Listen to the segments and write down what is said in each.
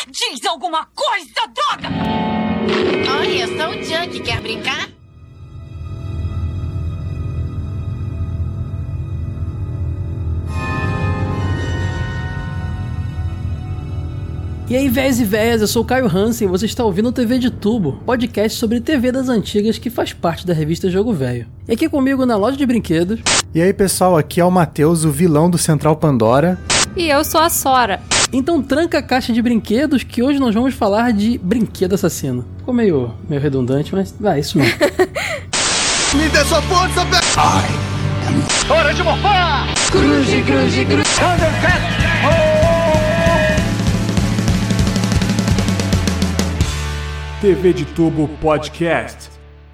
Diz alguma coisa, droga! Oi, eu sou o Chuck. Quer brincar? E aí, véias e véias, eu sou o Caio Hansen e você está ouvindo o TV de Tubo, podcast sobre TV das antigas que faz parte da revista Jogo Velho. E aqui comigo na loja de brinquedos... E aí, pessoal, aqui é o Matheus, o vilão do Central Pandora. E eu sou a Sora. Então tranca a caixa de brinquedos que hoje nós vamos falar de brinquedo assassino. Ficou meio redundante, mas vai, isso mesmo. Me dê sua força, Hora de morfar! Cruze, cruze, cruze. Thundercat! TV de Tubo Podcast.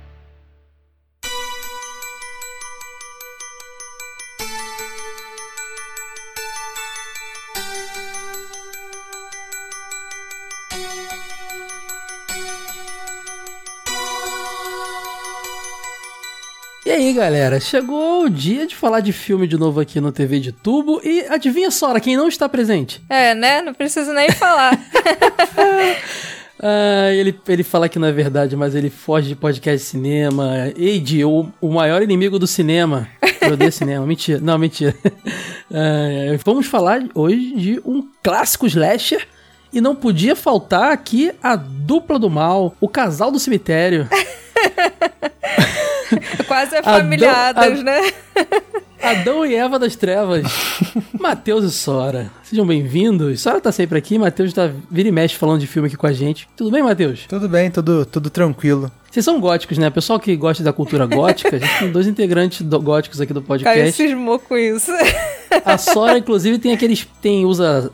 E aí, galera, chegou o dia de falar de filme de novo aqui no TV de Tubo e adivinha, Sora, quem não está presente? É, né? Não preciso nem falar. Ele fala que não é verdade, mas ele foge de podcast de cinema. Eide, o maior inimigo do cinema. Eu odeio cinema, mentira. Não, mentira. Vamos falar hoje de um clássico slasher. E não podia faltar aqui a dupla do mal, o casal do cemitério. Quase afamiliadas, né? Adão e Eva das Trevas. Matheus e Sora. Sejam bem-vindos. Sora tá sempre aqui, Matheus tá vira e mexe falando de filme aqui com a gente. Tudo bem, Matheus? Tudo bem, tudo tranquilo. Vocês são góticos, né? Pessoal que gosta da cultura gótica, a gente tem 2 integrantes góticos aqui do podcast. Caio cismou com isso. A Sora, inclusive, tem aqueles... Tem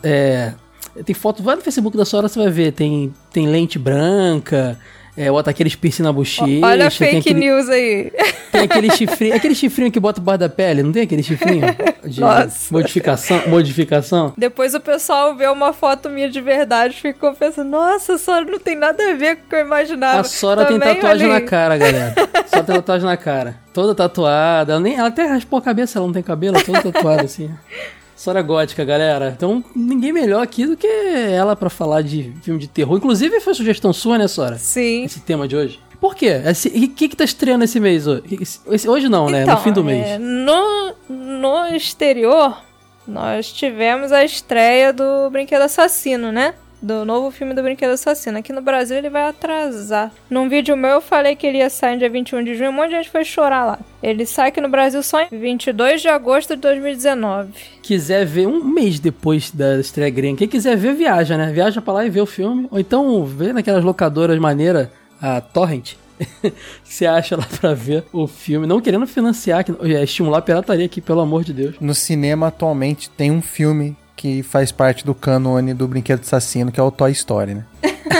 foto, vai no Facebook da Sora, você vai ver. Tem lente branca... bota aqueles piercing na bochecha. Olha a fake news aí. Tem aquele chifrinho que bota por baixo da pele, não tem aquele chifrinho? De Nossa. Modificação. Depois o pessoal vê uma foto minha de verdade e ficou pensando, nossa, a Sora não tem nada a ver com o que eu imaginava. A Sora também, tem tatuagem olha na cara, galera. Só tem tatuagem na cara. Toda tatuada. Ela até raspou a cabeça, ela não tem cabelo, ela toda tatuada assim. Sora gótica, galera. Então, ninguém melhor aqui do que ela pra falar de filme de terror. Inclusive, foi sugestão sua, né, Sora? Sim. Esse tema de hoje. Por quê? O que tá estreando esse mês? Hoje não, né? Então, no fim do mês. No exterior, nós tivemos a estreia do Brinquedo Assassino, né? Do novo filme do Brinquedo Assassino. Aqui no Brasil ele vai atrasar. Num vídeo meu eu falei que ele ia sair no dia 21 de junho. Um monte de gente foi chorar lá. Ele sai aqui no Brasil só em 22 de agosto de 2019. Quiser ver um mês depois da estreia gringa. Quem quiser ver, viaja, né? Viaja pra lá e vê o filme. Ou então vê naquelas locadoras maneiras, a Torrent. Você acha lá pra ver o filme. Não querendo financiar, estimular a pirataria aqui, pelo amor de Deus. No cinema, atualmente, tem um filme que faz parte do cânone do Brinquedo Assassino, que é o Toy Story, né?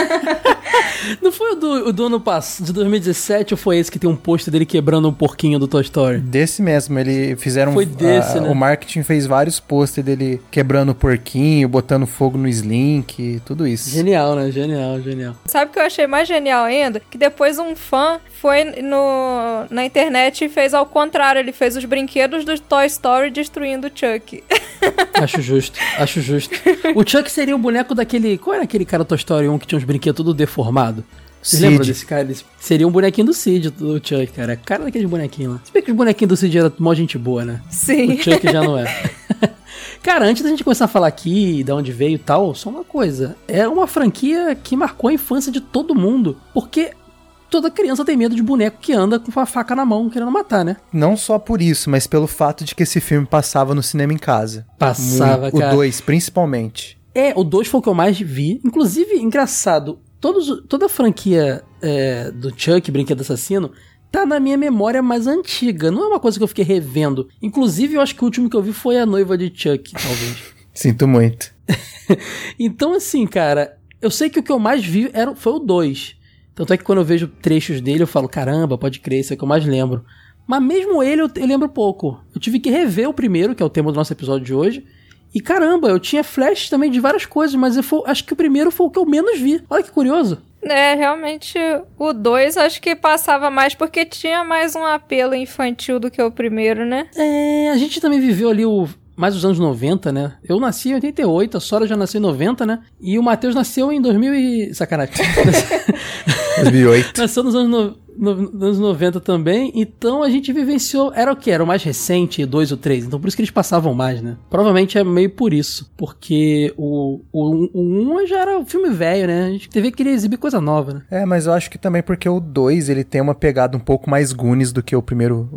Não foi o do ano passado, de 2017, ou foi esse que tem um pôster dele quebrando um porquinho do Toy Story? Desse mesmo, ele fizeram... Foi desse, né? O marketing fez vários posters dele quebrando o porquinho, botando fogo no Slink, tudo isso. Genial, né? Genial. Sabe o que eu achei mais genial ainda? Que depois um fã foi na internet e fez ao contrário. Ele fez os brinquedos do Toy Story destruindo o Chuck. Acho justo. O Chuck seria o boneco daquele... Qual era aquele cara do Toy Story 1 que tinha uns brinquedos tudo deformado? Vocês lembram desse cara? Seria um bonequinho do Sid, do Chuck, cara. Cara daqueles bonequinhos lá. Se bem que os bonequinhos do Sid eram mó gente boa, né? Sim. O Chuck já não é. Cara, antes da gente começar a falar aqui, de onde veio e tal, só uma coisa. É uma franquia que marcou a infância de todo mundo. Porque toda criança tem medo de boneco que anda com uma faca na mão querendo matar, né? Não só por isso, mas pelo fato de que esse filme passava no cinema em casa. Passava, cara. O 2, principalmente. O 2 foi o que eu mais vi. Inclusive, engraçado, toda a franquia do Chuck, Brinquedo Assassino, tá na minha memória mais antiga. Não é uma coisa que eu fiquei revendo. Inclusive, eu acho que o último que eu vi foi A Noiva de Chuck, talvez. Sinto muito. Então, assim, cara, eu sei que o que eu mais vi foi o 2. Tanto é que quando eu vejo trechos dele, eu falo, caramba, pode crer, isso é o que eu mais lembro. Mas mesmo ele, eu lembro pouco. Eu tive que rever o primeiro, que é o tema do nosso episódio de hoje. E caramba, eu tinha flashes também de várias coisas, mas acho que o primeiro foi o que eu menos vi. Olha que curioso. Realmente o 2 acho que passava mais porque tinha mais um apelo infantil do que o primeiro, né? A gente também viveu ali mais os anos 90, né? Eu nasci em 88, a Sora já nasceu em 90, né? E o Matheus nasceu em 2000 e... Sacanagem. 2008. Nasceu nos anos 90 também, então a gente vivenciou... Era o quê? Era o mais recente, 2 ou 3, então por isso que eles passavam mais, né? Provavelmente é meio por isso, porque o 1 já era um filme velho, né? A gente queria exibir coisa nova, né? Mas eu acho que também porque o 2, ele tem uma pegada um pouco mais Goonies do que o primeiro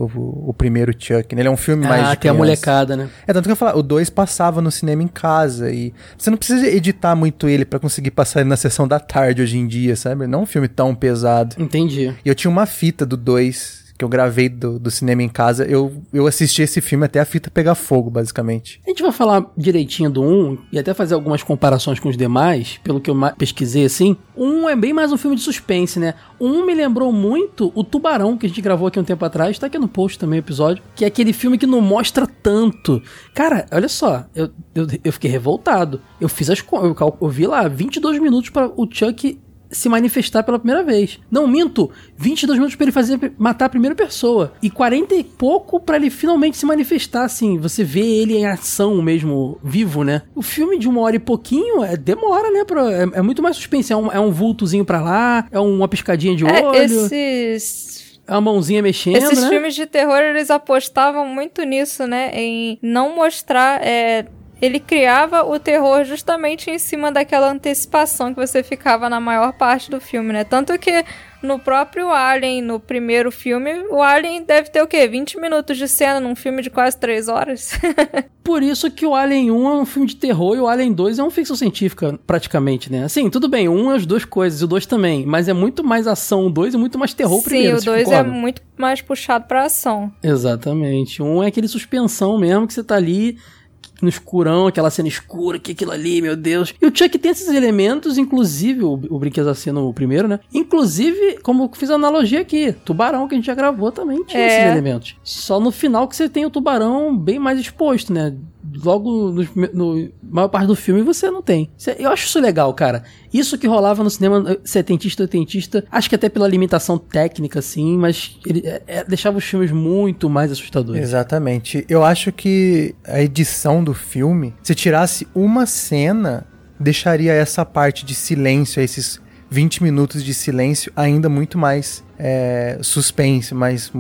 Chuck, né? Ele é um filme mais de tem a molecada, né? Tanto que eu falo, o 2 passava no cinema em casa e você não precisa editar muito ele pra conseguir passar ele na sessão da tarde hoje em dia, sabe? Não é um filme tão pesado. Entendi. E eu tinha uma fita do 2 que eu gravei do cinema em casa. Eu assisti esse filme até a fita pegar fogo, basicamente. A gente vai falar direitinho do 1 e até fazer algumas comparações com os demais, pelo que eu pesquisei assim. O 1 é bem mais um filme de suspense, né? O 1 me lembrou muito o Tubarão, que a gente gravou aqui um tempo atrás, tá aqui no post também o episódio, que é aquele filme que não mostra tanto. Cara, olha só, eu fiquei revoltado. Eu fiz eu vi lá 22 minutos para o Chuck se manifestar pela primeira vez. Não, minto, 22 minutos pra ele matar a primeira pessoa. E 40 e pouco pra ele finalmente se manifestar, assim. Você vê ele em ação mesmo, vivo, né? O filme de 1 hora e pouquinho demora, né? É muito mais suspense. É um vultozinho pra lá, é uma piscadinha de olho. É uma mãozinha mexendo, Esses né? filmes de terror, eles apostavam muito nisso, né? Em não mostrar... Ele criava o terror justamente em cima daquela antecipação que você ficava na maior parte do filme, né? Tanto que no próprio Alien, no primeiro filme, o Alien deve ter o quê? 20 minutos de cena num filme de quase 3 horas? Por isso que o Alien 1 é um filme de terror e o Alien 2 é uma ficção científica, praticamente, né? Assim, tudo bem, o 1 é as duas coisas e o 2 também, mas é muito mais ação o 2 e muito mais terror o primeiro. Sim, o 2 é muito mais puxado pra ação. Exatamente. O 1 é aquele suspensão mesmo, que você tá ali no escurão, aquela cena escura, que aquilo ali, meu Deus. E o Chuck tem esses elementos, inclusive o Brinquedo Assassino, o primeiro, né? Inclusive, como eu fiz a analogia aqui, Tubarão, que a gente já gravou, também tinha esses elementos. Só no final que você tem o tubarão bem mais exposto, né? Logo no maior parte do filme você não tem. Eu acho isso legal, cara. Isso que rolava no cinema setentista, oitentista, acho que até pela limitação técnica, assim, mas ele deixava os filmes muito mais assustadores. Exatamente. Eu acho que a edição do filme, se tirasse uma cena, deixaria essa parte de silêncio, esses 20 minutos de silêncio, ainda muito mais suspense,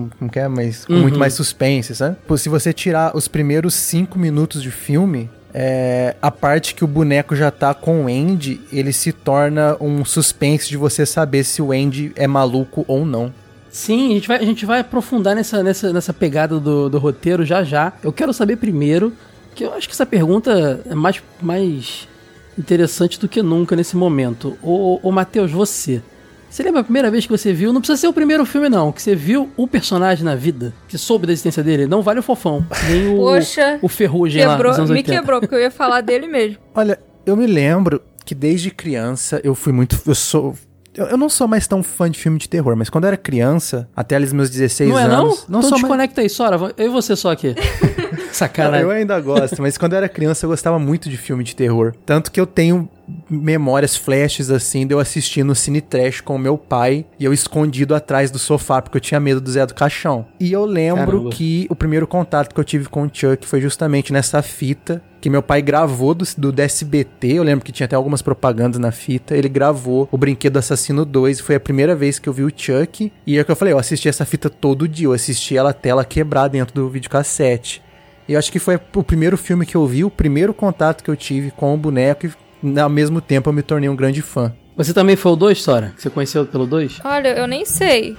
muito mais suspense, sabe? Se você tirar os primeiros 5 minutos de filme, a parte que o boneco já tá com o Andy, ele se torna um suspense de você saber se o Andy é maluco ou não. Sim, a gente vai aprofundar nessa pegada do roteiro já. Eu quero saber primeiro, que eu acho que essa pergunta é mais interessante do que nunca nesse momento. Ô Matheus, você lembra a primeira vez que você viu? Não precisa ser o primeiro filme, não. Que você viu o personagem na vida. Que soube da existência dele. Não vale o Fofão. Nem o Ferrugem lá dos anos 80. Me quebrou, porque eu ia falar dele mesmo. Olha, eu me lembro que desde criança eu fui muito... Eu não sou mais tão fã de filme de terror, mas quando eu era criança, até ali os meus 16 anos... Não é não? Então sou desconecta aí, Sora. Eu e você só aqui. Sacanagem. Eu ainda gosto, mas quando eu era criança eu gostava muito de filme de terror. Tanto que eu tenho memórias, flashes assim, de eu assistir no Cine Trash com o meu pai e eu escondido atrás do sofá porque eu tinha medo do Zé do Caixão. E eu lembro que o primeiro contato que eu tive com o Chuck foi justamente nessa fita que meu pai gravou do SBT. Eu lembro que tinha até algumas propagandas na fita. Ele gravou o Brinquedo Assassino 2 e foi a primeira vez que eu vi o Chuck. E é o que eu falei, eu assisti essa fita todo dia. Eu assisti ela até ela quebrar dentro do videocassete. E eu acho que foi o primeiro filme que eu vi, o primeiro contato que eu tive com o boneco e ao mesmo tempo eu me tornei um grande fã. Você também foi o 2, Sora? Você conheceu pelo 2? Olha, eu nem sei.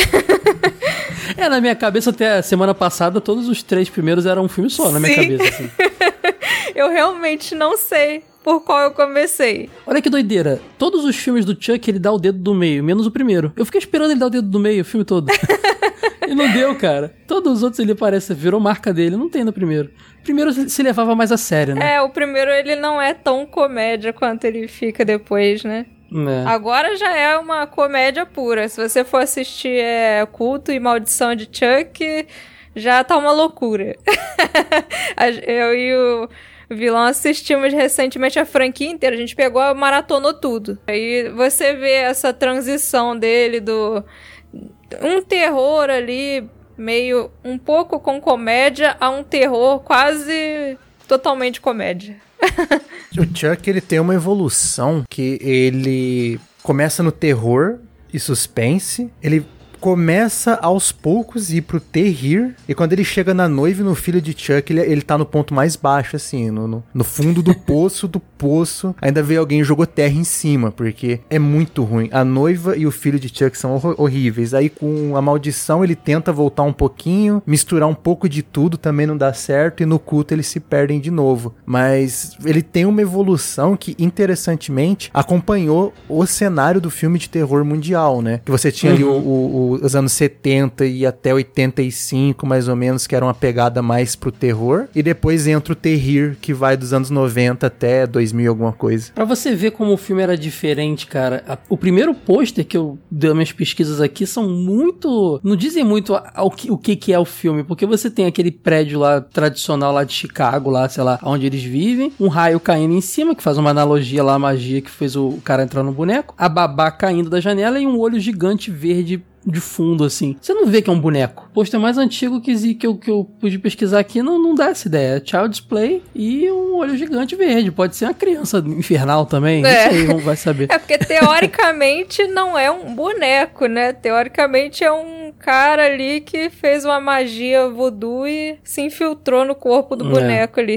Na minha cabeça até a semana passada todos os 3 primeiros eram um filme só. Na minha cabeça, assim. Eu realmente não sei por qual eu comecei. Olha que doideira. Todos os filmes do Chuck ele dá o dedo do meio, menos o primeiro. Eu fiquei esperando ele dar o dedo do meio o filme todo. E não deu, cara. Todos os outros ele parece, virou marca dele. Não tem no primeiro. O primeiro se levava mais a sério, né? O primeiro ele não é tão comédia quanto ele fica depois, né? Agora já é uma comédia pura. Se você for assistir Culto e Maldição de Chuck, já tá uma loucura. Eu e o Vilão assistimos recentemente a franquia inteira. A gente pegou, maratonou tudo. Aí você vê essa transição dele um terror ali, meio um pouco com comédia, a um terror quase totalmente comédia. O Chuck, ele tem uma evolução que ele começa no terror e suspense, ele começa aos poucos ir pro terrir, e quando ele chega na noiva e no filho de Chuck, ele tá no ponto mais baixo, assim, no fundo do poço, ainda veio alguém e jogou terra em cima, porque é muito ruim. A noiva e o filho de Chuck são horríveis. Aí com a maldição ele tenta voltar um pouquinho, misturar um pouco de tudo, também não dá certo, e no culto eles se perdem de novo. Mas ele tem uma evolução que, interessantemente, acompanhou o cenário do filme de terror mundial, né? Que você tinha ali os anos 70 e até 85, mais ou menos, que era uma pegada mais pro terror. E depois entra o terrir, que vai dos anos 90 até 2000 alguma coisa. Pra você ver como o filme era diferente, cara, o primeiro pôster que eu dei minhas pesquisas aqui são muito... não dizem muito o que é o filme, porque você tem aquele prédio lá, tradicional lá de Chicago, lá, sei lá, onde eles vivem, um raio caindo em cima, que faz uma analogia lá à magia que fez o cara entrar no boneco, a babá caindo da janela e um olho gigante verde de fundo, assim. Você não vê que é um boneco. O pôster mais antigo que eu pude pesquisar aqui não dá essa ideia. É Child's Play e um olho gigante verde. Pode ser uma criança infernal também. Não sei, vai saber. É porque teoricamente não é um boneco, né? Teoricamente é um cara ali que fez uma magia voodoo e se infiltrou no corpo do boneco ali.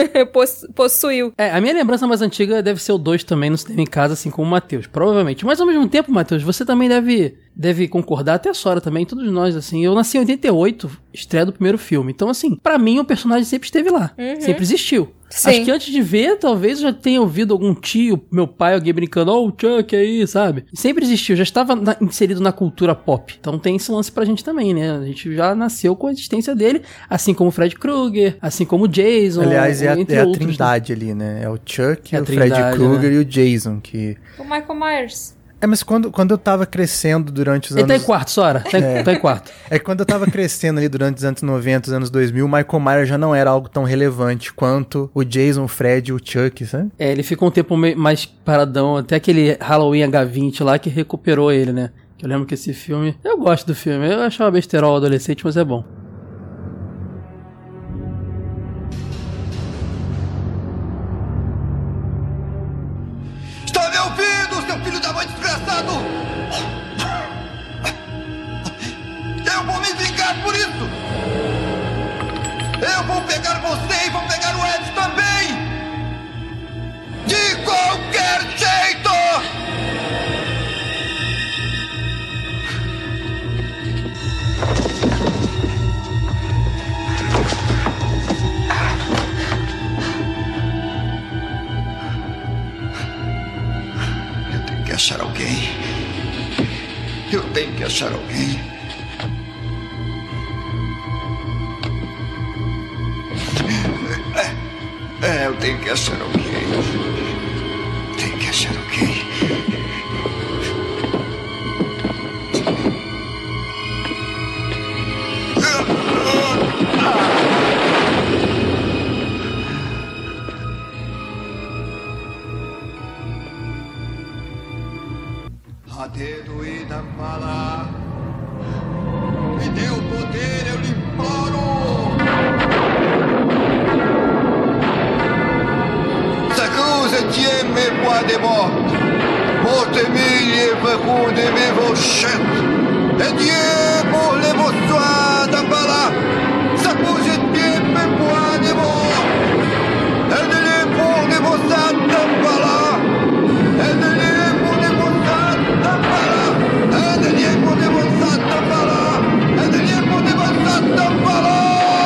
Possuiu. A minha lembrança mais antiga deve ser o 2 também no cinema em casa, assim como o Matheus. Provavelmente. Mas ao mesmo tempo, Matheus, você também deve concordar, até a Sora também, todos nós, assim. Eu nasci em 88, estreia do primeiro filme. Então, assim, pra mim o personagem sempre esteve lá. Sempre existiu. Sim. Acho que antes de ver, talvez eu já tenha ouvido algum tio, meu pai, alguém brincando, o Chuck aí, sabe? Sempre existiu, já estava inserido na cultura pop. Então tem esse lance pra gente também, né? A gente já nasceu com a existência dele, assim como o Fred Krueger, assim como o Jason. Aliás, é a outros, trindade, né? Ali, né? É o Chuck, o Fred Krueger, né? E o Jason, que... O Michael Myers. Mas quando eu tava crescendo durante os anos... Ele tá em quarto, Sora. Tá em quarto. É que quando eu tava crescendo ali durante os anos 90, os anos 2000, o Michael Myers já não era algo tão relevante quanto o Jason, o Fred e o Chuck, sabe? Ele ficou um tempo mais paradão, até aquele Halloween H20 lá que recuperou ele, né? Que eu lembro que esse filme... Eu gosto do filme, eu achava besterol adolescente, mas é bom. Está me ouvindo, seu filho da mãe desgraçado? Eu vou me vingar por isso! Eu vou pegar você e vou pegar o Ed também! De qualquer jeito! Achar alguém. Eu tenho que achar alguém. Eu tenho que achar alguém. Tenho que achar alguém. A dedo e da fala. Me dê o poder, eu lhe imploro. Sa cause tient mes poids des morts. Votre mille verrou de mes rochettes. Et Dieu pour les vos soins d'Ambala. Sa cause tient mes poids des morts. Et Dieu pour les vos soins d'Ambala. Et Dieu pour les vos soins d'Ambala. Et Dieu pour les vos soins d'Ambala. Et Dieu pour les vos soins d'Ambala.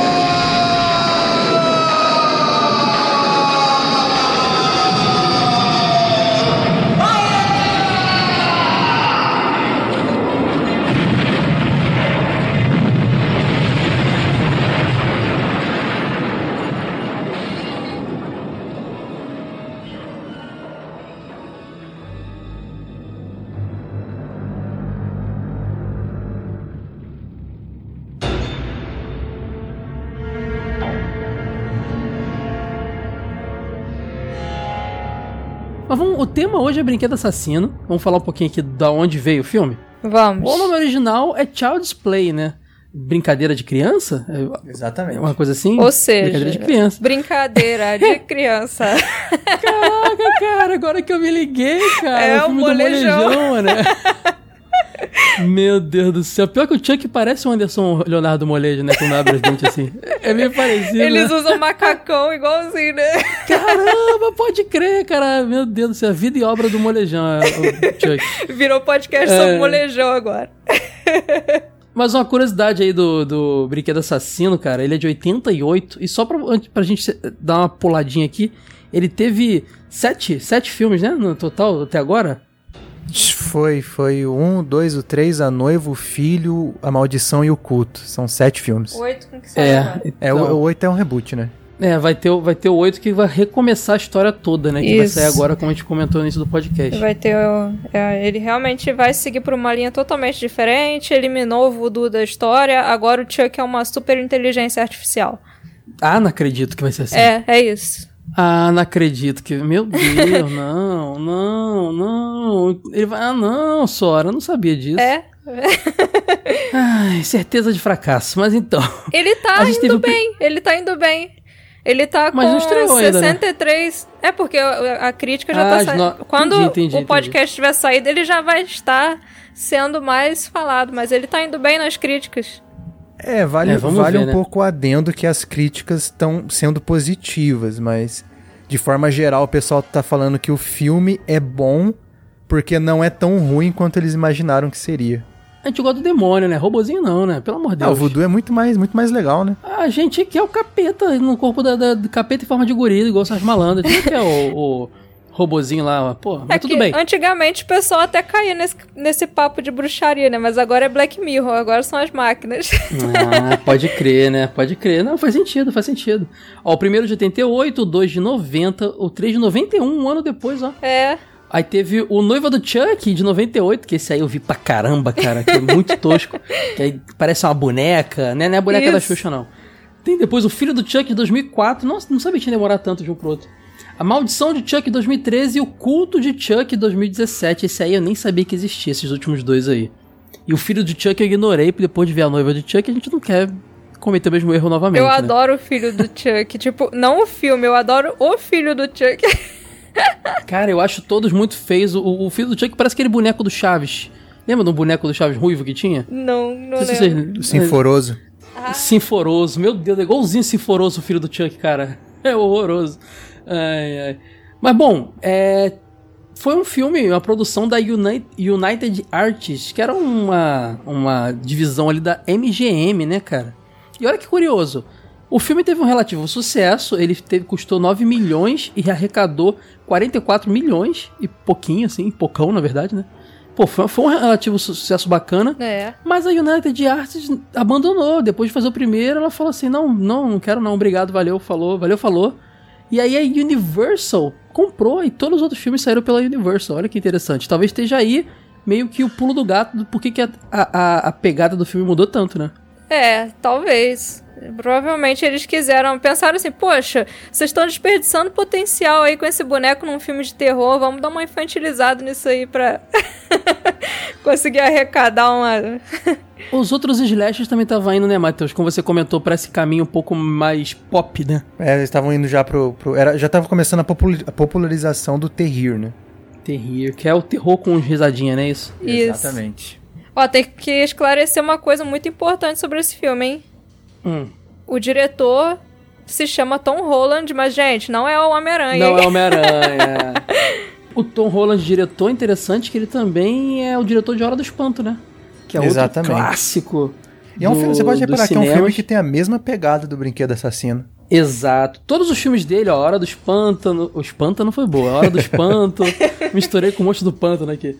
Mas o tema hoje é Brinquedo Assassino. Vamos falar um pouquinho aqui da onde veio o filme? Vamos. O nome original é Child's Play, né? brincadeira de criança? Exatamente. É uma coisa assim? Ou seja, brincadeira de criança. Brincadeira de criança. Caraca, cara, agora que eu me liguei, cara. É o filme o Molejão, né? Meu Deus do céu. Pior que o Chuck parece o Anderson Leonardo Molejo, né? Quando abre os dentes assim. É meio parecido. Eles né? usam macacão igualzinho, né? Caramba, pode crer, cara. Meu Deus do céu. A vida e obra do Molejão, o Chuck. Virou podcast sobre Molejão agora. Mas uma curiosidade aí do Brinquedo Assassino, cara, ele é de 88, e só pra gente dar uma puladinha aqui, ele teve 7 filmes, né, no total, até agora? Foi o 1, 2, o 3, A Noiva, o Filho, A Maldição e o Culto. São 7 filmes. 8 com que sai agora. O 8 é um reboot, né? Vai ter o 8 que vai recomeçar a história toda, né? Que vai sair agora, como a gente comentou no início do podcast. Vai ter ele realmente vai seguir por uma linha totalmente diferente, eliminou o voodoo da história, agora o Chuck é uma super inteligência artificial. Ah, não acredito que vai ser assim. É isso. Ah, não acredito que... Meu Deus, não. Ele vai... Ah, não, Sora, eu não sabia disso. Ai, certeza de fracasso, mas então... Ele tá indo bem, Ele tá com 63... Ainda, né? É porque a crítica já tá saindo. Quando o podcast tiver saído, ele já vai estar sendo mais falado, mas ele tá indo bem nas críticas. Vale um pouco o adendo que as críticas estão sendo positivas, mas de forma geral o pessoal tá falando que o filme é bom porque não é tão ruim quanto eles imaginaram que seria. A gente gosta do demônio, né? Robozinho não, né? Pelo amor de Deus. O voodoo é muito mais legal, né? A gente quer o capeta no corpo do capeta em forma de gorila, igual essas malandras. A gente quer o robozinho lá, pô, mas tudo bem. Antigamente o pessoal até caía nesse papo de bruxaria, né? Mas agora é Black Mirror, agora são as máquinas. Ah, pode crer, né? Pode crer. Não, faz sentido. Ó, o primeiro de 88, o 2 de 90, o 3 de 91, um ano depois, ó. Aí teve o Noiva do Chuck, de 98, que esse aí eu vi pra caramba, cara, que é muito tosco. Que aí parece uma boneca, né? Não é a boneca da Xuxa, não. Tem depois o Filho do Chuck, de 2004. Nossa, não sabia que tinha demorado tanto de um pro outro. A Maldição de Chuck, 2013, e o Culto de Chuck, 2017. Esse aí eu nem sabia que existia, esses últimos dois aí. E o Filho de Chuck eu ignorei, porque depois de ver a Noiva de Chuck, a gente não quer cometer o mesmo erro novamente. Eu adoro o Filho do Chuck. Tipo, não o filme, eu adoro o Filho do Chuck. Cara, eu acho todos muito feios. O Filho do Chuck parece aquele boneco do Chaves. Lembra do boneco do Chaves ruivo que tinha? Não lembro. O Sinforoso. Sinforoso. Meu Deus, é igualzinho Sinforoso o Filho do Chuck, cara. É horroroso. Ai. Mas bom, foi um filme, uma produção da United Artists, que era uma divisão ali da MGM, né, cara? E olha que curioso. O filme teve um relativo sucesso, ele custou 9 milhões e arrecadou 44 milhões, e pouquinho, assim, poucão, na verdade, né? Pô, foi um relativo sucesso bacana, mas a United Artists abandonou. Depois de fazer o primeiro, ela falou assim, não quero não, obrigado, valeu, falou. E aí a Universal comprou, e todos os outros filmes saíram pela Universal, olha que interessante. Talvez esteja aí meio que o pulo do gato do porquê que a pegada do filme mudou tanto, né? Talvez. Provavelmente eles pensaram assim, poxa, vocês estão desperdiçando potencial aí com esse boneco num filme de terror, vamos dar uma infantilizada nisso aí pra conseguir arrecadar uma... Os outros slashes também estavam indo, né, Matheus? Como você comentou, pra esse caminho um pouco mais pop, né? Eles estavam indo já já tava começando a popularização do terrir, né? Terrir, que é o terror com risadinha, né? Isso. Exatamente. Ó, tem que esclarecer uma coisa muito importante sobre esse filme, hein? O diretor se chama Tom Holland, mas, gente, não é o Homem-Aranha. Não é o Homem-Aranha. O Tom Holland, diretor, interessante que ele também é o diretor de Hora do Espanto, né? Que é outro clássico. E é um filme, você pode reparar que é um filme que tem a mesma pegada do Brinquedo Assassino. Exato. Todos os filmes dele, ó, Hora do Espanto... O Espanto não foi boa. A Hora do Espanto... Misturei com um monte do pântano aqui.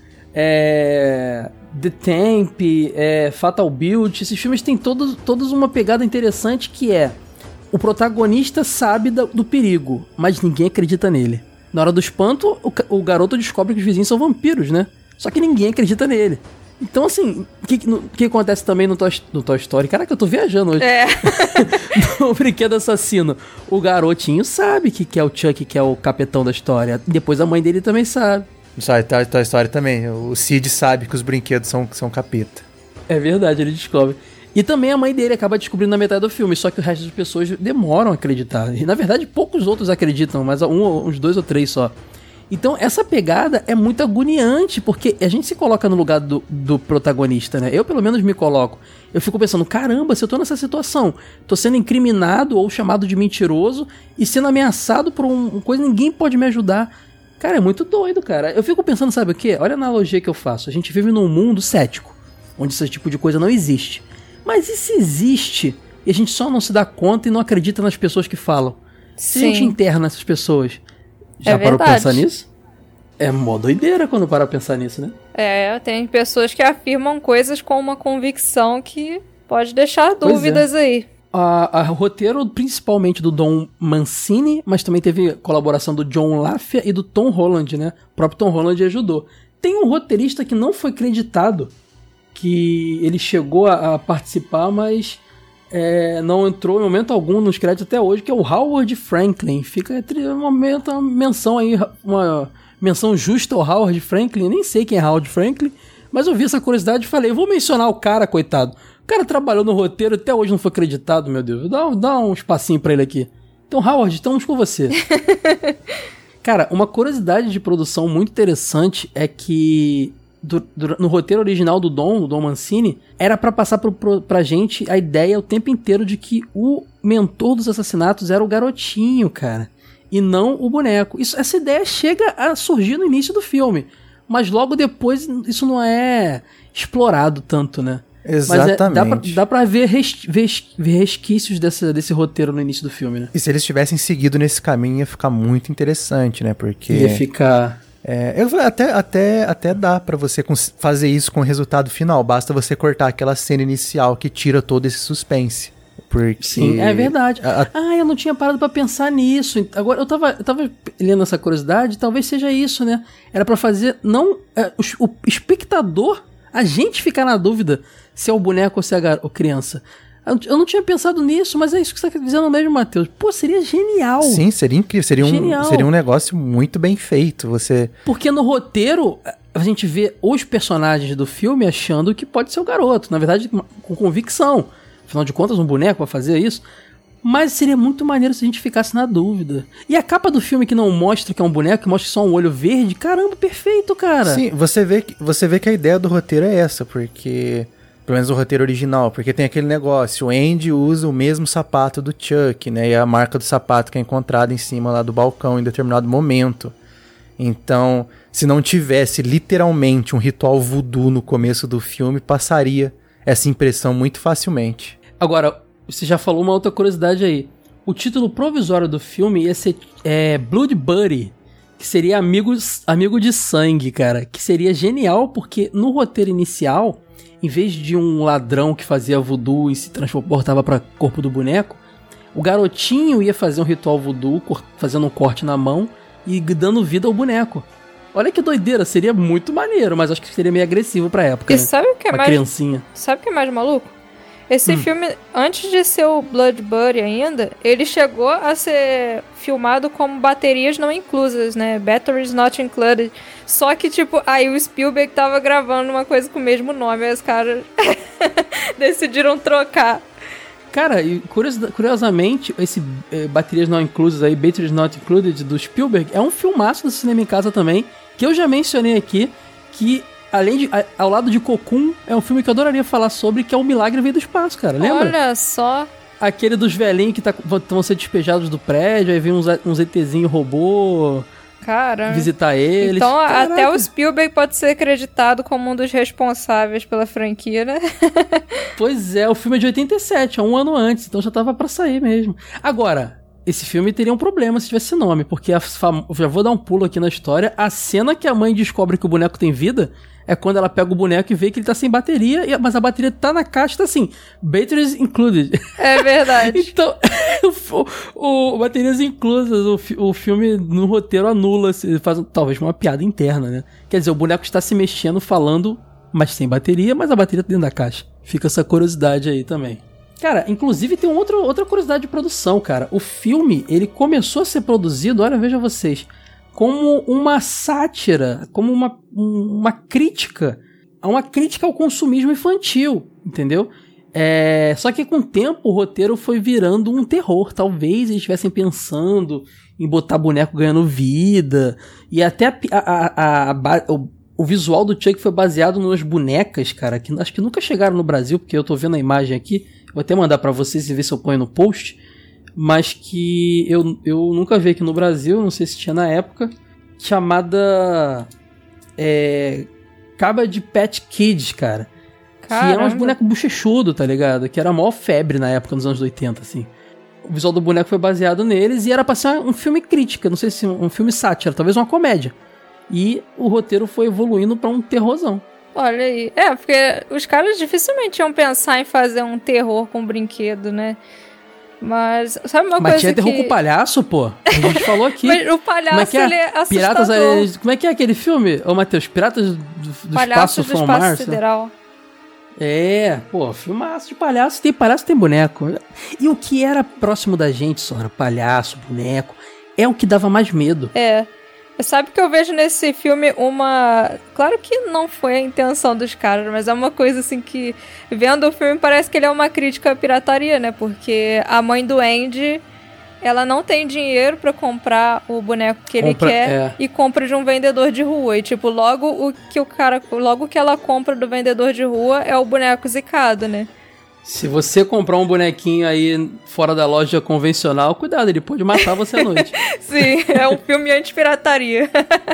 The Temp, Fatal Build, esses filmes têm todos uma pegada interessante que é o protagonista sabe do perigo, mas ninguém acredita nele. Na Hora do Espanto, o garoto descobre que os vizinhos são vampiros, né? Só que ninguém acredita nele. Então, assim, o que acontece também no Toy Story? Caraca, eu tô viajando hoje. No Brinquedo Assassino, o garotinho sabe que é o Chuck, que é o capetão da história. Depois a mãe dele também sabe. Toy Story também. O Sid sabe que os brinquedos são capeta. É verdade, ele descobre. E também a mãe dele acaba descobrindo na metade do filme, só que o resto das pessoas demoram a acreditar. E na verdade poucos outros acreditam, mas uns 2 ou 3 só. Então essa pegada é muito agoniante, porque a gente se coloca no lugar do protagonista, né? Eu pelo menos me coloco. Eu fico pensando, caramba, se eu tô nessa situação, tô sendo incriminado ou chamado de mentiroso e sendo ameaçado por uma coisa, ninguém pode me ajudar. Cara, é muito doido, cara. Eu fico pensando, sabe o quê? Olha a analogia que eu faço. A gente vive num mundo cético, onde esse tipo de coisa não existe. Mas e se existe e a gente só não se dá conta e não acredita nas pessoas que falam? Se a gente interna essas pessoas... Já parou pra pensar nisso? É mó doideira quando para pra pensar nisso, né? Tem pessoas que afirmam coisas com uma convicção que pode deixar dúvidas aí. A roteiro principalmente do Don Mancini, mas também teve colaboração do John Lafia e do Tom Holland, né? O próprio Tom Holland ajudou. Tem um roteirista que não foi creditado, que ele chegou a participar, mas... não entrou em momento algum nos créditos até hoje, que é o Howard Franklin. Fica entre uma menção aí, uma menção justa ao Howard Franklin. Eu nem sei quem é Howard Franklin, mas eu vi essa curiosidade e falei, vou mencionar o cara, coitado. O cara trabalhou no roteiro, até hoje não foi acreditado, meu Deus. Dá um espacinho pra ele aqui. Então, Howard, estamos com você. Cara, uma curiosidade de produção muito interessante é que... no roteiro original do Don Mancini, era pra passar pra gente a ideia o tempo inteiro de que o mentor dos assassinatos era o garotinho, cara, e não o boneco. Essa ideia chega a surgir no início do filme, mas logo depois isso não é explorado tanto, né? Exatamente. Mas dá pra ver resquícios desse roteiro no início do filme, né? E se eles tivessem seguido nesse caminho ia ficar muito interessante, né? Porque... ia ficar... até dá pra você fazer isso com o resultado final. Basta você cortar aquela cena inicial que tira todo esse suspense. Porque... Sim, é verdade. Eu não tinha parado pra pensar nisso. Agora, eu tava lendo essa curiosidade, talvez seja isso, né? Era pra fazer, o espectador, a gente ficar na dúvida se é o boneco ou se é a criança. Eu não tinha pensado nisso, mas é isso que você tá dizendo mesmo, Matheus. Pô, seria genial. Sim, seria incrível. Seria um negócio muito bem feito. Porque no roteiro, a gente vê os personagens do filme achando que pode ser o garoto. Na verdade, com convicção. Afinal de contas, um boneco vai fazer isso. Mas seria muito maneiro se a gente ficasse na dúvida. E a capa do filme que não mostra que é um boneco, que mostra só um olho verde, caramba, perfeito, cara. Sim, você vê que a ideia do roteiro é essa, porque... Pelo menos o roteiro original, porque tem aquele negócio, o Andy usa o mesmo sapato do Chuck, né, e a marca do sapato que é encontrada em cima lá do balcão em determinado momento. Então, se não tivesse literalmente um ritual voodoo no começo do filme, passaria essa impressão muito facilmente. Agora, você já falou uma outra curiosidade aí. O título provisório do filme ia ser Blood Buddy, que seria amigo de sangue, cara, que seria genial, porque no roteiro inicial... Em vez de um ladrão que fazia voodoo e se transportava para corpo do boneco, o garotinho ia fazer um ritual voodoo, fazendo um corte na mão e dando vida ao boneco. Olha que doideira, seria muito maneiro, mas acho que seria meio agressivo pra época, e né? Sabe o que é mais... criancinha. Sabe o que é mais maluco? Esse filme, antes de ser o Blood Buddy ainda, ele chegou a ser filmado como baterias não inclusas, né? Batteries not included. Só que, tipo, aí o Spielberg tava gravando uma coisa com o mesmo nome, aí os caras decidiram trocar. Cara, e curiosamente, esse baterias não inclusas aí, Batteries Not Included, do Spielberg, é um filmaço do Cinema em Casa também, que eu já mencionei aqui, que... ao lado de Cocoon, é um filme que eu adoraria falar sobre, que é O Milagre Veio do Espaço, cara, lembra? Olha só. Aquele dos velhinhos que vão ser despejados do prédio, aí vem uns ETzinho robô visitar eles. Então, Caraca. Até o Spielberg pode ser acreditado como um dos responsáveis pela franquia, né? Pois é, o filme é de 87, é um ano antes, então já tava pra sair mesmo. Agora... Esse filme teria um problema se tivesse nome, porque já vou dar um pulo aqui na história. A cena que a mãe descobre que o boneco tem vida é quando ela pega o boneco e vê que ele tá sem bateria, mas a bateria tá na caixa, tá assim, batteries included. É verdade. Então, baterias inclusas, o filme no roteiro anula, faz talvez uma piada interna, né? Quer dizer, o boneco está se mexendo, falando, mas sem bateria, mas a bateria tá dentro da caixa. Fica essa curiosidade aí também. Cara, inclusive tem outra curiosidade de produção, cara. O filme, ele começou a ser produzido, olha, veja vocês, como uma sátira, como uma crítica ao consumismo infantil, entendeu? Só que com o tempo o roteiro foi virando um terror. Talvez eles estivessem pensando em botar boneco ganhando vida. E até o visual do Chuck foi baseado nas bonecas, cara, que acho que nunca chegaram no Brasil, porque eu tô vendo a imagem aqui. Vou até mandar pra vocês e ver se eu ponho no post. Mas que eu nunca vi aqui no Brasil, não sei se tinha na época, chamada Cabbage Patch Kids, cara. Caramba. Que é uns bonecos bochechudos, tá ligado? Que era a maior febre na época, nos anos 80, assim. O visual do boneco foi baseado neles e era pra ser um filme crítica, não sei se um filme sátira, talvez uma comédia. E o roteiro foi evoluindo pra um terrorzão. Olha aí. Porque os caras dificilmente iam pensar em fazer um terror com brinquedo, né? Mas sabe uma coisa tinha terror com o palhaço, pô? A gente falou aqui. Mas o palhaço, ele é assustador. Piratas, como é que é aquele filme? Ô, Matheus, Piratas do Espaço from Mars? Sideral. Filmaço de palhaço. Tem palhaço, tem boneco. E o que era próximo da gente, Sora, palhaço, boneco, é o que dava mais medo. Sabe que eu vejo nesse filme uma... Claro que não foi a intenção dos caras, mas é uma coisa assim que... Vendo o filme parece que ele é uma crítica à pirataria, né? Porque a mãe do Andy, ela não tem dinheiro pra comprar o boneco que ele quer e compra de um vendedor de rua. E tipo, logo que ela compra do vendedor de rua é o boneco zicado, né? Se você comprar um bonequinho aí fora da loja convencional, cuidado, ele pode matar você à noite. Sim, é um filme anti-pirataria.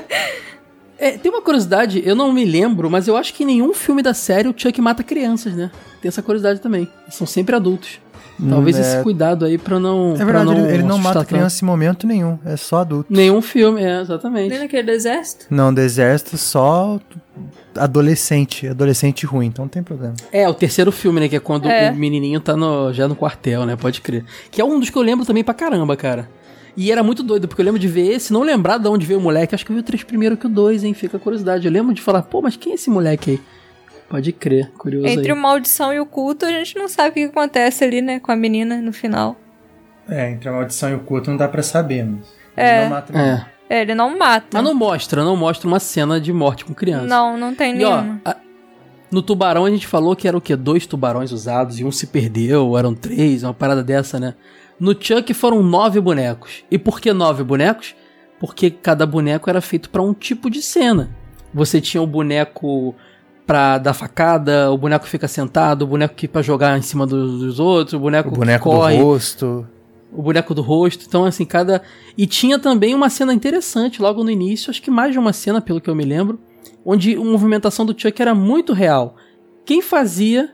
Tem uma curiosidade, eu não me lembro, mas eu acho que em nenhum filme da série o Chuck mata crianças, né? Tem essa curiosidade também. Eles são sempre adultos. Talvez esse cuidado aí pra não... É verdade, ele não mata criança em momento nenhum, é só adulto. Nenhum filme, exatamente. Nem naquele do exército? Não, do exército só adolescente ruim, então não tem problema. O terceiro filme, né, que é quando o menininho tá já no quartel, né, pode crer. Que é um dos que eu lembro também pra caramba, cara. E era muito doido, porque eu lembro de ver esse, não lembrar de onde veio o moleque, acho que eu vi o 3 primeiro que o 2, hein, fica a curiosidade. Eu lembro de falar, mas quem é esse moleque aí? Pode crer, curioso aí. Entre o maldição e o culto, a gente não sabe o que acontece ali, né, com a menina no final. Entre a maldição e o culto não dá pra saber, mas ele não mata ninguém. Ele não mata. Mas não mostra uma cena de morte com criança. Não tem nenhuma. No Tubarão a gente falou que era o quê? 2 tubarões usados e um se perdeu, eram 3, uma parada dessa, né? No Chuck foram 9 bonecos. E por que 9 bonecos? Porque cada boneco era feito pra um tipo de cena. Você tinha o boneco pra dar facada, o boneco fica sentado, o boneco que pra jogar em cima dos outros, o boneco que corre, do rosto. O boneco do rosto. Então, assim, E tinha também uma cena interessante logo no início, acho que mais de uma cena, pelo que eu me lembro, onde a movimentação do Chuck era muito real. Quem fazia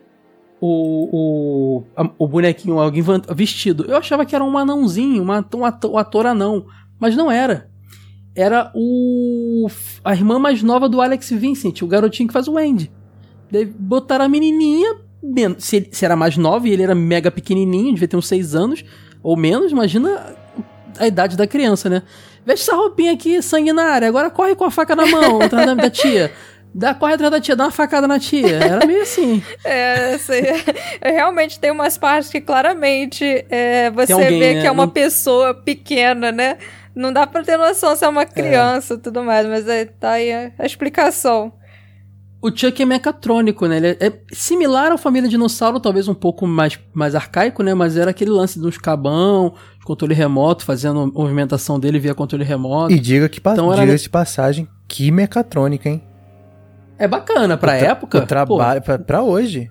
o bonequinho, alguém vestido, eu achava que era um anãozinho, um ator anão, mas não era. Era a irmã mais nova do Alex Vincent, o garotinho que faz o Andy. Daí botaram a menininha, se era mais nova e ele era mega pequenininho, devia ter uns 6 anos ou menos, imagina a idade da criança, né? Veste essa roupinha aqui sanguinária, agora corre com a faca na mão, atrás da tia. Corre atrás da tia, dá uma facada na tia. Era meio assim. Realmente tem umas partes que claramente você alguém, vê né? que é uma pessoa pequena, né? Não dá pra ter noção se é uma criança e tudo mais, mas tá aí a explicação. O Chuck é mecatrônico, né? Ele é similar à família dinossauro, talvez um pouco mais arcaico, né? Mas era aquele lance de uns cabão, de controle remoto, fazendo a movimentação dele via controle remoto. E diga de passagem, que mecatrônica, hein? É bacana pra época. O trabalho, pra hoje.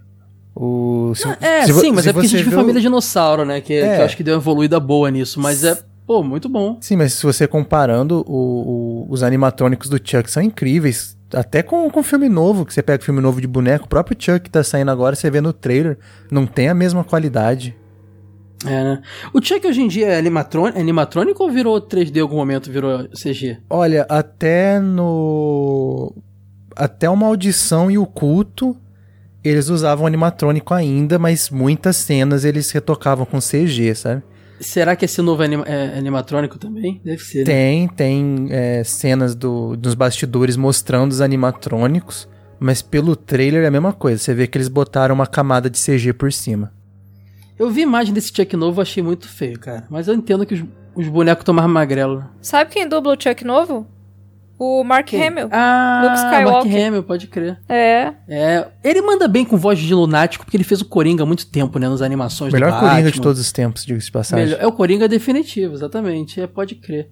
Mas é porque a gente viu família dinossauro, né? Que eu acho que deu uma evoluída boa nisso, mas muito bom. Sim, mas se você comparando, os animatrônicos do Chuck são incríveis. Até com filme novo, que você pega filme novo de boneco, o próprio Chuck que tá saindo agora, você vê no trailer, não tem a mesma qualidade. Né? O Chuck hoje em dia é animatrônico ou virou 3D em algum momento, virou CG? Olha, até uma audição e o culto, eles usavam animatrônico ainda, mas muitas cenas eles retocavam com CG, sabe? Será que esse novo é animatrônico também? Deve ser, né? Tem cenas dos bastidores mostrando os animatrônicos, mas pelo trailer é a mesma coisa. Você vê que eles botaram uma camada de CG por cima. Eu vi imagem desse Chuck novo, achei muito feio, cara. Mas eu entendo que os bonecos estão mais magrelos. Sabe quem dubla o Chuck novo? O Mark Hamill. Ah, Luke Skywalker. Mark Hamill, pode crer. É. Ele manda bem com voz de lunático, porque ele fez o Coringa há muito tempo, né? Nas animações do Melhor Batman. Coringa de todos os tempos, diga-se de passagem. É o Coringa definitivo, exatamente. Pode crer.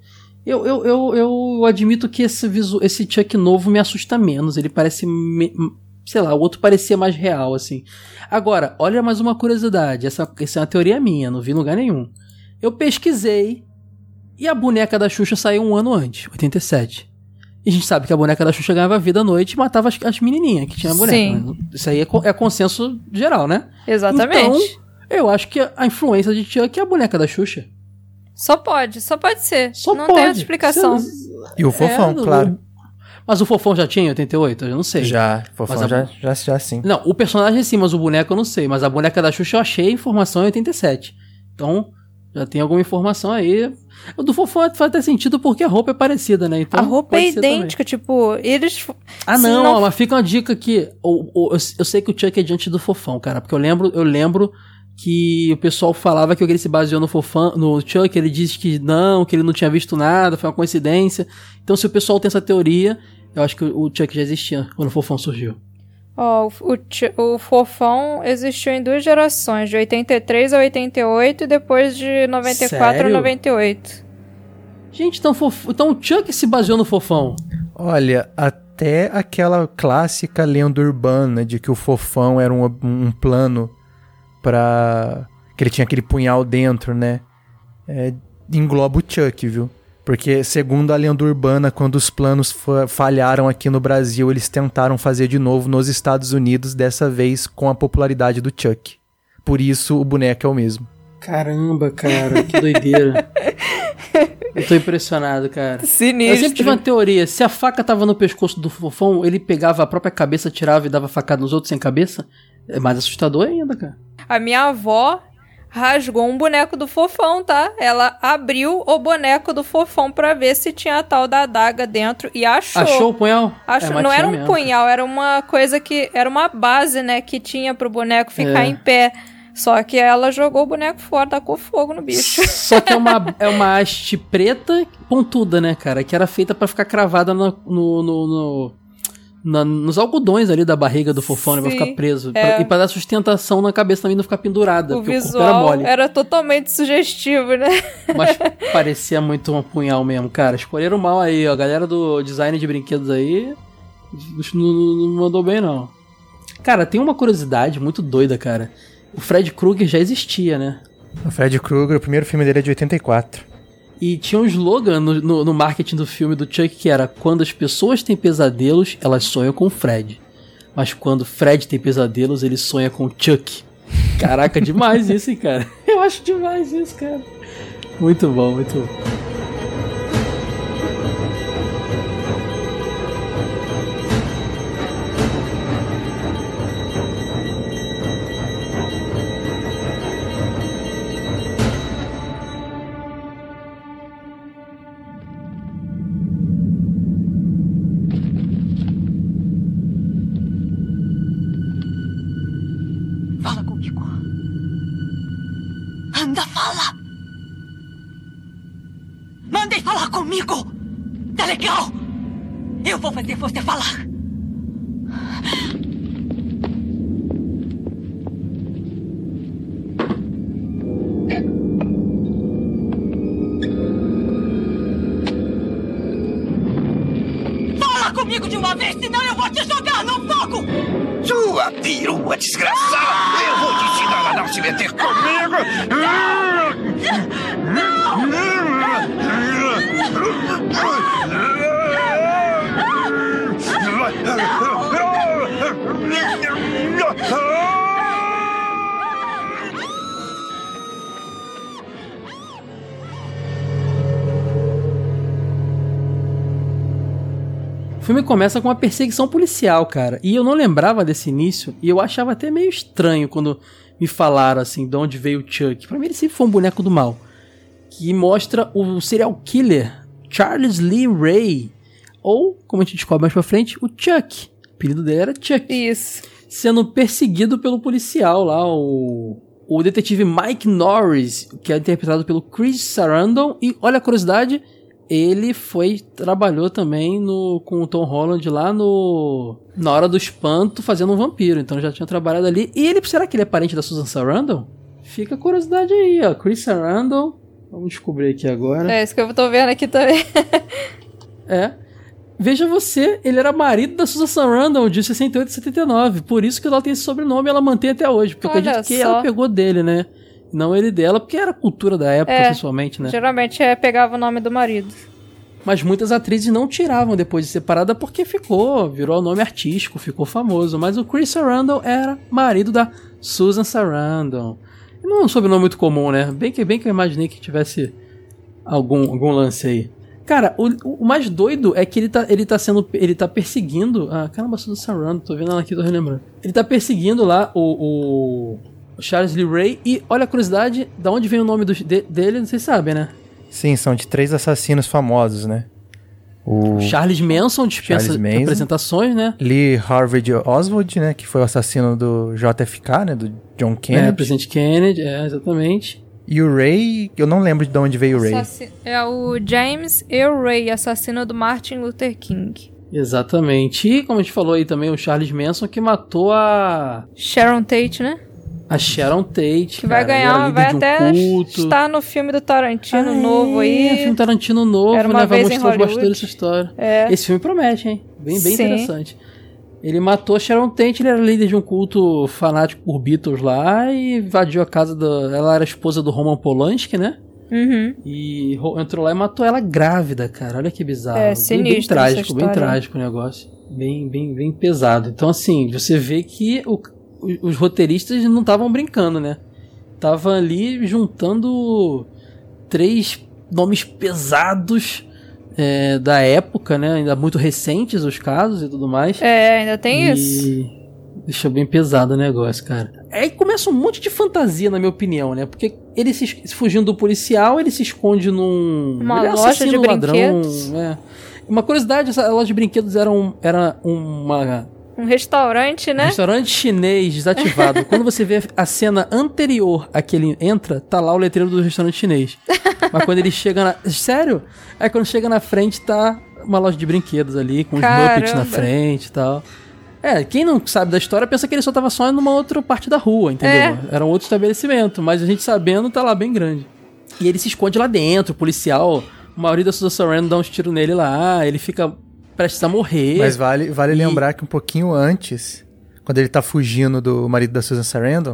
Eu admito que esse Chuck novo me assusta menos. Ele parece... sei lá, o outro parecia mais real, assim. Agora, olha mais uma curiosidade. Essa é uma teoria minha, não vi em lugar nenhum. Eu pesquisei e a boneca da Xuxa saiu um ano antes, 87. E a gente sabe que a boneca da Xuxa ganhava vida à noite e matava as menininhas que tinha a boneca. Sim. Isso aí é consenso geral, né? Exatamente. Então, eu acho que a influência de Chuck é a boneca da Xuxa. Só pode ser. Só não pode. tem outra explicação. E o Fofão, claro. Mas o Fofão já tinha em 88? Eu não sei. Já, Fofão já sim. Não, o personagem sim, mas o boneco eu não sei. Mas a boneca da Xuxa eu achei informação em 87. Então, já tem alguma informação aí. O do Fofão faz até sentido porque a roupa é parecida, né? Então, a roupa é pode ser idêntica, tipo, eles... Ah, não, mas fica uma dica aqui. Eu sei que o Chuck é diante do Fofão, cara. Porque eu lembro que o pessoal falava que ele se baseou no Fofão, no Chuck, ele disse que ele não tinha visto nada, foi uma coincidência. Então, se o pessoal tem essa teoria, eu acho que o Chuck já existia quando o Fofão surgiu. O Fofão existiu em 2 gerações, de 83 a 88 e depois de 94 Sério? a 98. Gente, então o Chuck se baseou no Fofão. Olha, até aquela clássica lenda urbana de que o Fofão era um plano pra... que ele tinha aquele punhal dentro, né? Engloba o Chuck, viu? Porque, segundo a lenda urbana, quando os planos falharam aqui no Brasil, eles tentaram fazer de novo nos Estados Unidos, dessa vez com a popularidade do Chuck. Por isso, o boneco é o mesmo. Caramba, cara, que doideira. Eu tô impressionado, cara. Sinistro. Eu sempre tive uma teoria, se a faca tava no pescoço do Fofão, ele pegava a própria cabeça, tirava e dava facada nos outros sem cabeça? É mais assustador ainda, cara. A minha avó rasgou um boneco do Fofão, tá? Ela abriu o boneco do Fofão pra ver se tinha a tal da adaga dentro e achou. Achou o punhal? Não era um punhal, era uma coisa que... Era uma base, né? Que tinha pro boneco ficar em pé. Só que ela jogou o boneco fora, tacou fogo no bicho. Só que é uma haste preta pontuda, né, cara? Que era feita pra ficar cravada nos algodões ali da barriga do Fofão, né? Pra ficar preso. E pra dar sustentação na cabeça também, não ficar pendurada. O visual era totalmente sugestivo, né? Mas parecia muito um punhal mesmo, cara. Escolheram mal aí, ó. A galera do design de brinquedos aí não mandou bem, não. Cara, tem uma curiosidade muito doida, cara. O Fred Krueger já existia, né? O Fred Krueger, o primeiro filme dele é de 84. E tinha um slogan no marketing do filme do Chuck que era: quando as pessoas têm pesadelos, elas sonham com o Fred. Mas quando o Fred tem pesadelos, ele sonha com o Chuck. Caraca, demais isso, hein, cara? Eu acho demais isso, cara. Muito bom, muito bom. Fala comigo. Anda, fala! Mandem falar comigo! Tá legal? Eu vou fazer você falar! Fala comigo de uma vez, senão eu vou te jogar no fogo! Sua perua desgraçada! Eu vou te ensinar a não se meter comigo! O filme começa com uma perseguição policial, cara. E eu não lembrava desse início. E eu achava até meio estranho quando me falaram, assim, de onde veio o Chuck. Pra mim ele sempre foi um boneco do mal. Que mostra o serial killer Charles Lee Ray. Ou, como a gente descobre mais pra frente, o Chuck. O apelido dele era Chuck. Isso. Sendo perseguido pelo policial lá, o detetive Mike Norris, que é interpretado pelo Chris Sarandon. E, olha a curiosidade, ele trabalhou também com o Tom Holland lá na Hora do Espanto, fazendo um vampiro. Então já tinha trabalhado ali. E será que ele é parente da Susan Sarandon? Fica a curiosidade aí, ó. Chris Sarandon. Vamos descobrir aqui agora. É isso que eu tô vendo aqui também. Veja você, ele era marido da Susan Sarandon de 68 e 79. Por isso que ela tem esse sobrenome e ela mantém até hoje. Porque eu acredito que ela pegou dele, né? Não ele dela, porque era a cultura da época, pessoalmente, né? Geralmente pegava o nome do marido. Mas muitas atrizes não tiravam depois de separada porque virou o nome artístico, ficou famoso. Mas o Chris Sarandon era marido da Susan Sarandon. Não é um sobrenome muito comum, né? Bem que eu imaginei que tivesse algum lance aí. Cara, o mais doido é que ele tá perseguindo... Ah, caramba, Susan Sarandon, tô vendo ela aqui, tô relembrando. Ele tá perseguindo lá o Charles Lee Ray. E olha a curiosidade, da onde vem o nome dele, vocês sabem, né? Sim, são de 3 assassinos famosos, né? O Charles Manson dispensa apresentações, né? Lee Harvey Oswald, né? Que foi o assassino do JFK, né? Do John Kennedy. Presidente Kennedy, exatamente. E o Ray, eu não lembro de onde veio o Ray. É o James Earl Ray, assassino do Martin Luther King. Exatamente. E como a gente falou aí também, o Charles Manson que matou a... Sharon Tate, né? A Sharon Tate, que vai ganhar, vai até estar no filme do Tarantino novo aí. O filme Tarantino novo, Era uma né? Vai vez mostrar os bastidores dessa história. Esse filme promete, hein? Bem interessante. Ele matou a Sharon Tate, ele era líder de um culto fanático por Beatles lá e invadiu a casa ela era esposa do Roman Polanski, né? Uhum. E entrou lá e matou ela grávida, cara. Olha que bizarro. Sinistro, bem trágico o negócio. Bem pesado. Então, assim, você vê que os roteiristas não estavam brincando, né? Estavam ali juntando 3 nomes pesados da época, né? Ainda muito recentes os casos e tudo mais. Ainda tem isso. Deixa bem pesado o negócio, cara. Aí começa um monte de fantasia, na minha opinião, né? Porque ele fugindo do policial, ele se esconde uma loja de brinquedos. Uma curiosidade, essa loja de brinquedos era um restaurante, né? Um restaurante chinês desativado. Quando você vê a cena anterior a que ele entra, tá lá o letreiro do restaurante chinês. Mas quando ele chega Sério? Aí quando chega na frente, tá uma loja de brinquedos ali, com os Muppets na frente e tal. Quem não sabe da história pensa que ele só tava só numa outra parte da rua, entendeu? Era um outro estabelecimento, mas a gente sabendo, tá lá bem grande. E ele se esconde lá dentro, o policial, o maioria da Susan Sarandon dá uns tiros nele lá, ele fica prestes a morrer. Mas vale lembrar que um pouquinho antes, quando ele tá fugindo do marido da Susan Sarandon,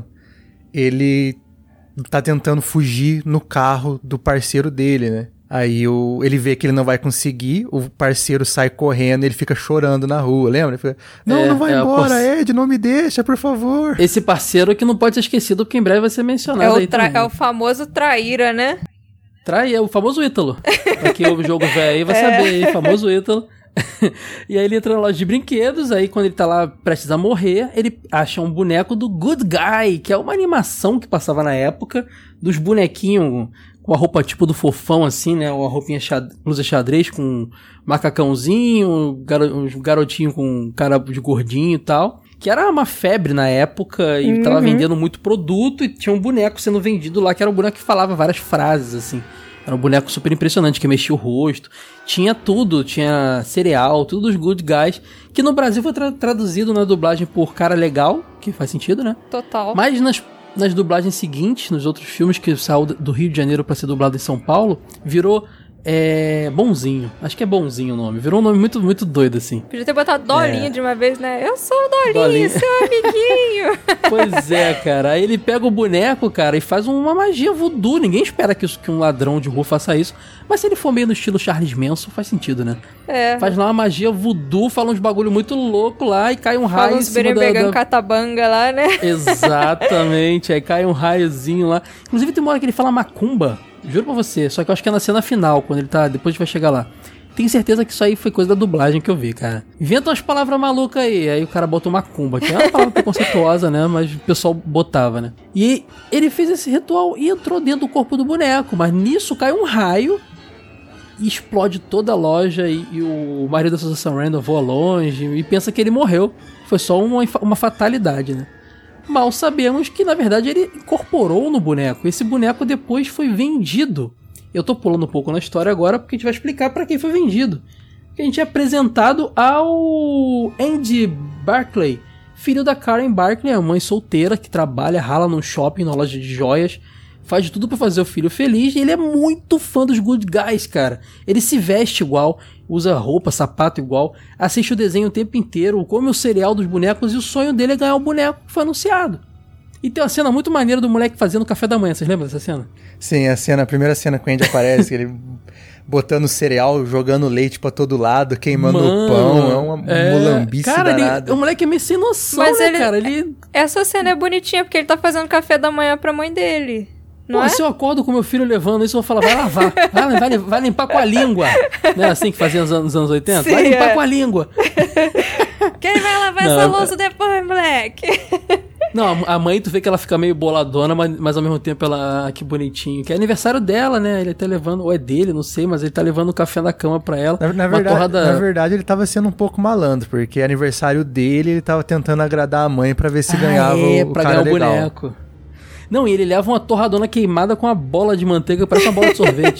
ele tá tentando fugir no carro do parceiro dele, né? Aí ele vê que ele não vai conseguir, o parceiro sai correndo e ele fica chorando na rua, lembra? Ele fica, não vai embora, Ed, não me deixa, por favor. Esse parceiro que não pode ser esquecido, porque em breve vai ser mencionado É o famoso traíra, né? É o famoso Ítalo. Pra quem ouve o jogo velho aí vai saber, famoso Ítalo. E aí ele entra na loja de brinquedos, aí quando ele tá lá prestes a morrer, ele acha um boneco do Good Guy, que é uma animação que passava na época, dos bonequinhos com a roupa tipo do Fofão, assim, né? Uma roupinha blusa xadrez com um macacãozinho, um garotinho com cara de gordinho e tal. Que era uma febre na época e tava vendendo muito produto e tinha um boneco sendo vendido lá, que era um boneco que falava várias frases, assim. Era um boneco super impressionante, que mexia o rosto. Tinha tudo, tinha cereal, tudo dos Good Guys. Que no Brasil foi traduzido na dublagem por Cara Legal, que faz sentido, né? Total. Mas nas dublagens seguintes, nos outros filmes que saiu do Rio de Janeiro pra ser dublado em São Paulo, virou Bonzinho. Acho que é Bonzinho o nome. Virou um nome muito, muito doido, assim. Podia ter botado Dolinho de uma vez, né? Eu sou o Dolinho, seu amiguinho. Pois é, cara. Aí ele pega o boneco, cara, e faz uma magia voodoo. Ninguém espera que um ladrão de rua faça isso. Mas se ele for meio no estilo Charles Manson, faz sentido, né? Faz lá uma magia voodoo, fala uns bagulho muito louco lá e cai um raio fala uns berebegão catabanga lá, né? Exatamente. Aí cai um raiozinho lá. Inclusive tem uma hora que ele fala macumba. Juro pra você, só que eu acho que é na cena final, quando ele tá... Depois a gente vai chegar lá. Tenho certeza que isso aí foi coisa da dublagem que eu vi, cara. Inventa umas palavras malucas aí o cara botou macumba, que é uma palavra preconceituosa, né? Mas o pessoal botava, né? E ele fez esse ritual e entrou dentro do corpo do boneco, mas nisso cai um raio e explode toda a loja e o marido da Susan Sarandon voa longe e pensa que ele morreu. Foi só uma fatalidade, né? Mal sabemos que, na verdade, ele incorporou no boneco. Esse boneco depois foi vendido. Eu tô pulando um pouco na história agora porque a gente vai explicar pra quem foi vendido. Que a gente é apresentado ao Andy Barclay, filho da Karen Barclay, a mãe solteira que trabalha, rala num shopping, na loja de joias, faz de tudo pra fazer o filho feliz, e ele é muito fã dos Good Guys, cara. Ele se veste igual, usa roupa, sapato igual, assiste o desenho o tempo inteiro, come o cereal dos bonecos, e o sonho dele é ganhar o boneco que foi anunciado. E tem uma cena muito maneira do moleque fazendo café da manhã, vocês lembram dessa cena? Sim, a primeira cena que o Andy aparece, ele botando cereal, jogando leite pra todo lado, queimando o pão, é uma mulambice danada. O moleque é meio sem noção, Mas né, cara? Essa cena é bonitinha, porque ele tá fazendo café da manhã pra mãe dele. Não é? Se eu acordo com meu filho levando isso, eu vou falar, vai lavar, vai limpar com a língua. Não é assim que fazia nos anos 80? Sim, vai limpar com a língua. Quem vai lavar essa louça depois, moleque? Não, a mãe, tu vê que ela fica meio boladona, mas ao mesmo tempo ela, que bonitinho. Que é aniversário dela, né? Ele tá levando, ou é dele, não sei, mas ele tá levando o café na cama pra ela. Na verdade, ele tava sendo um pouco malandro, porque aniversário dele, ele tava tentando agradar a mãe pra ver se ganhava o pra cara ganhar o legal. boneco. Não, e ele leva uma torradona queimada com uma bola de manteiga, parece uma bola de sorvete.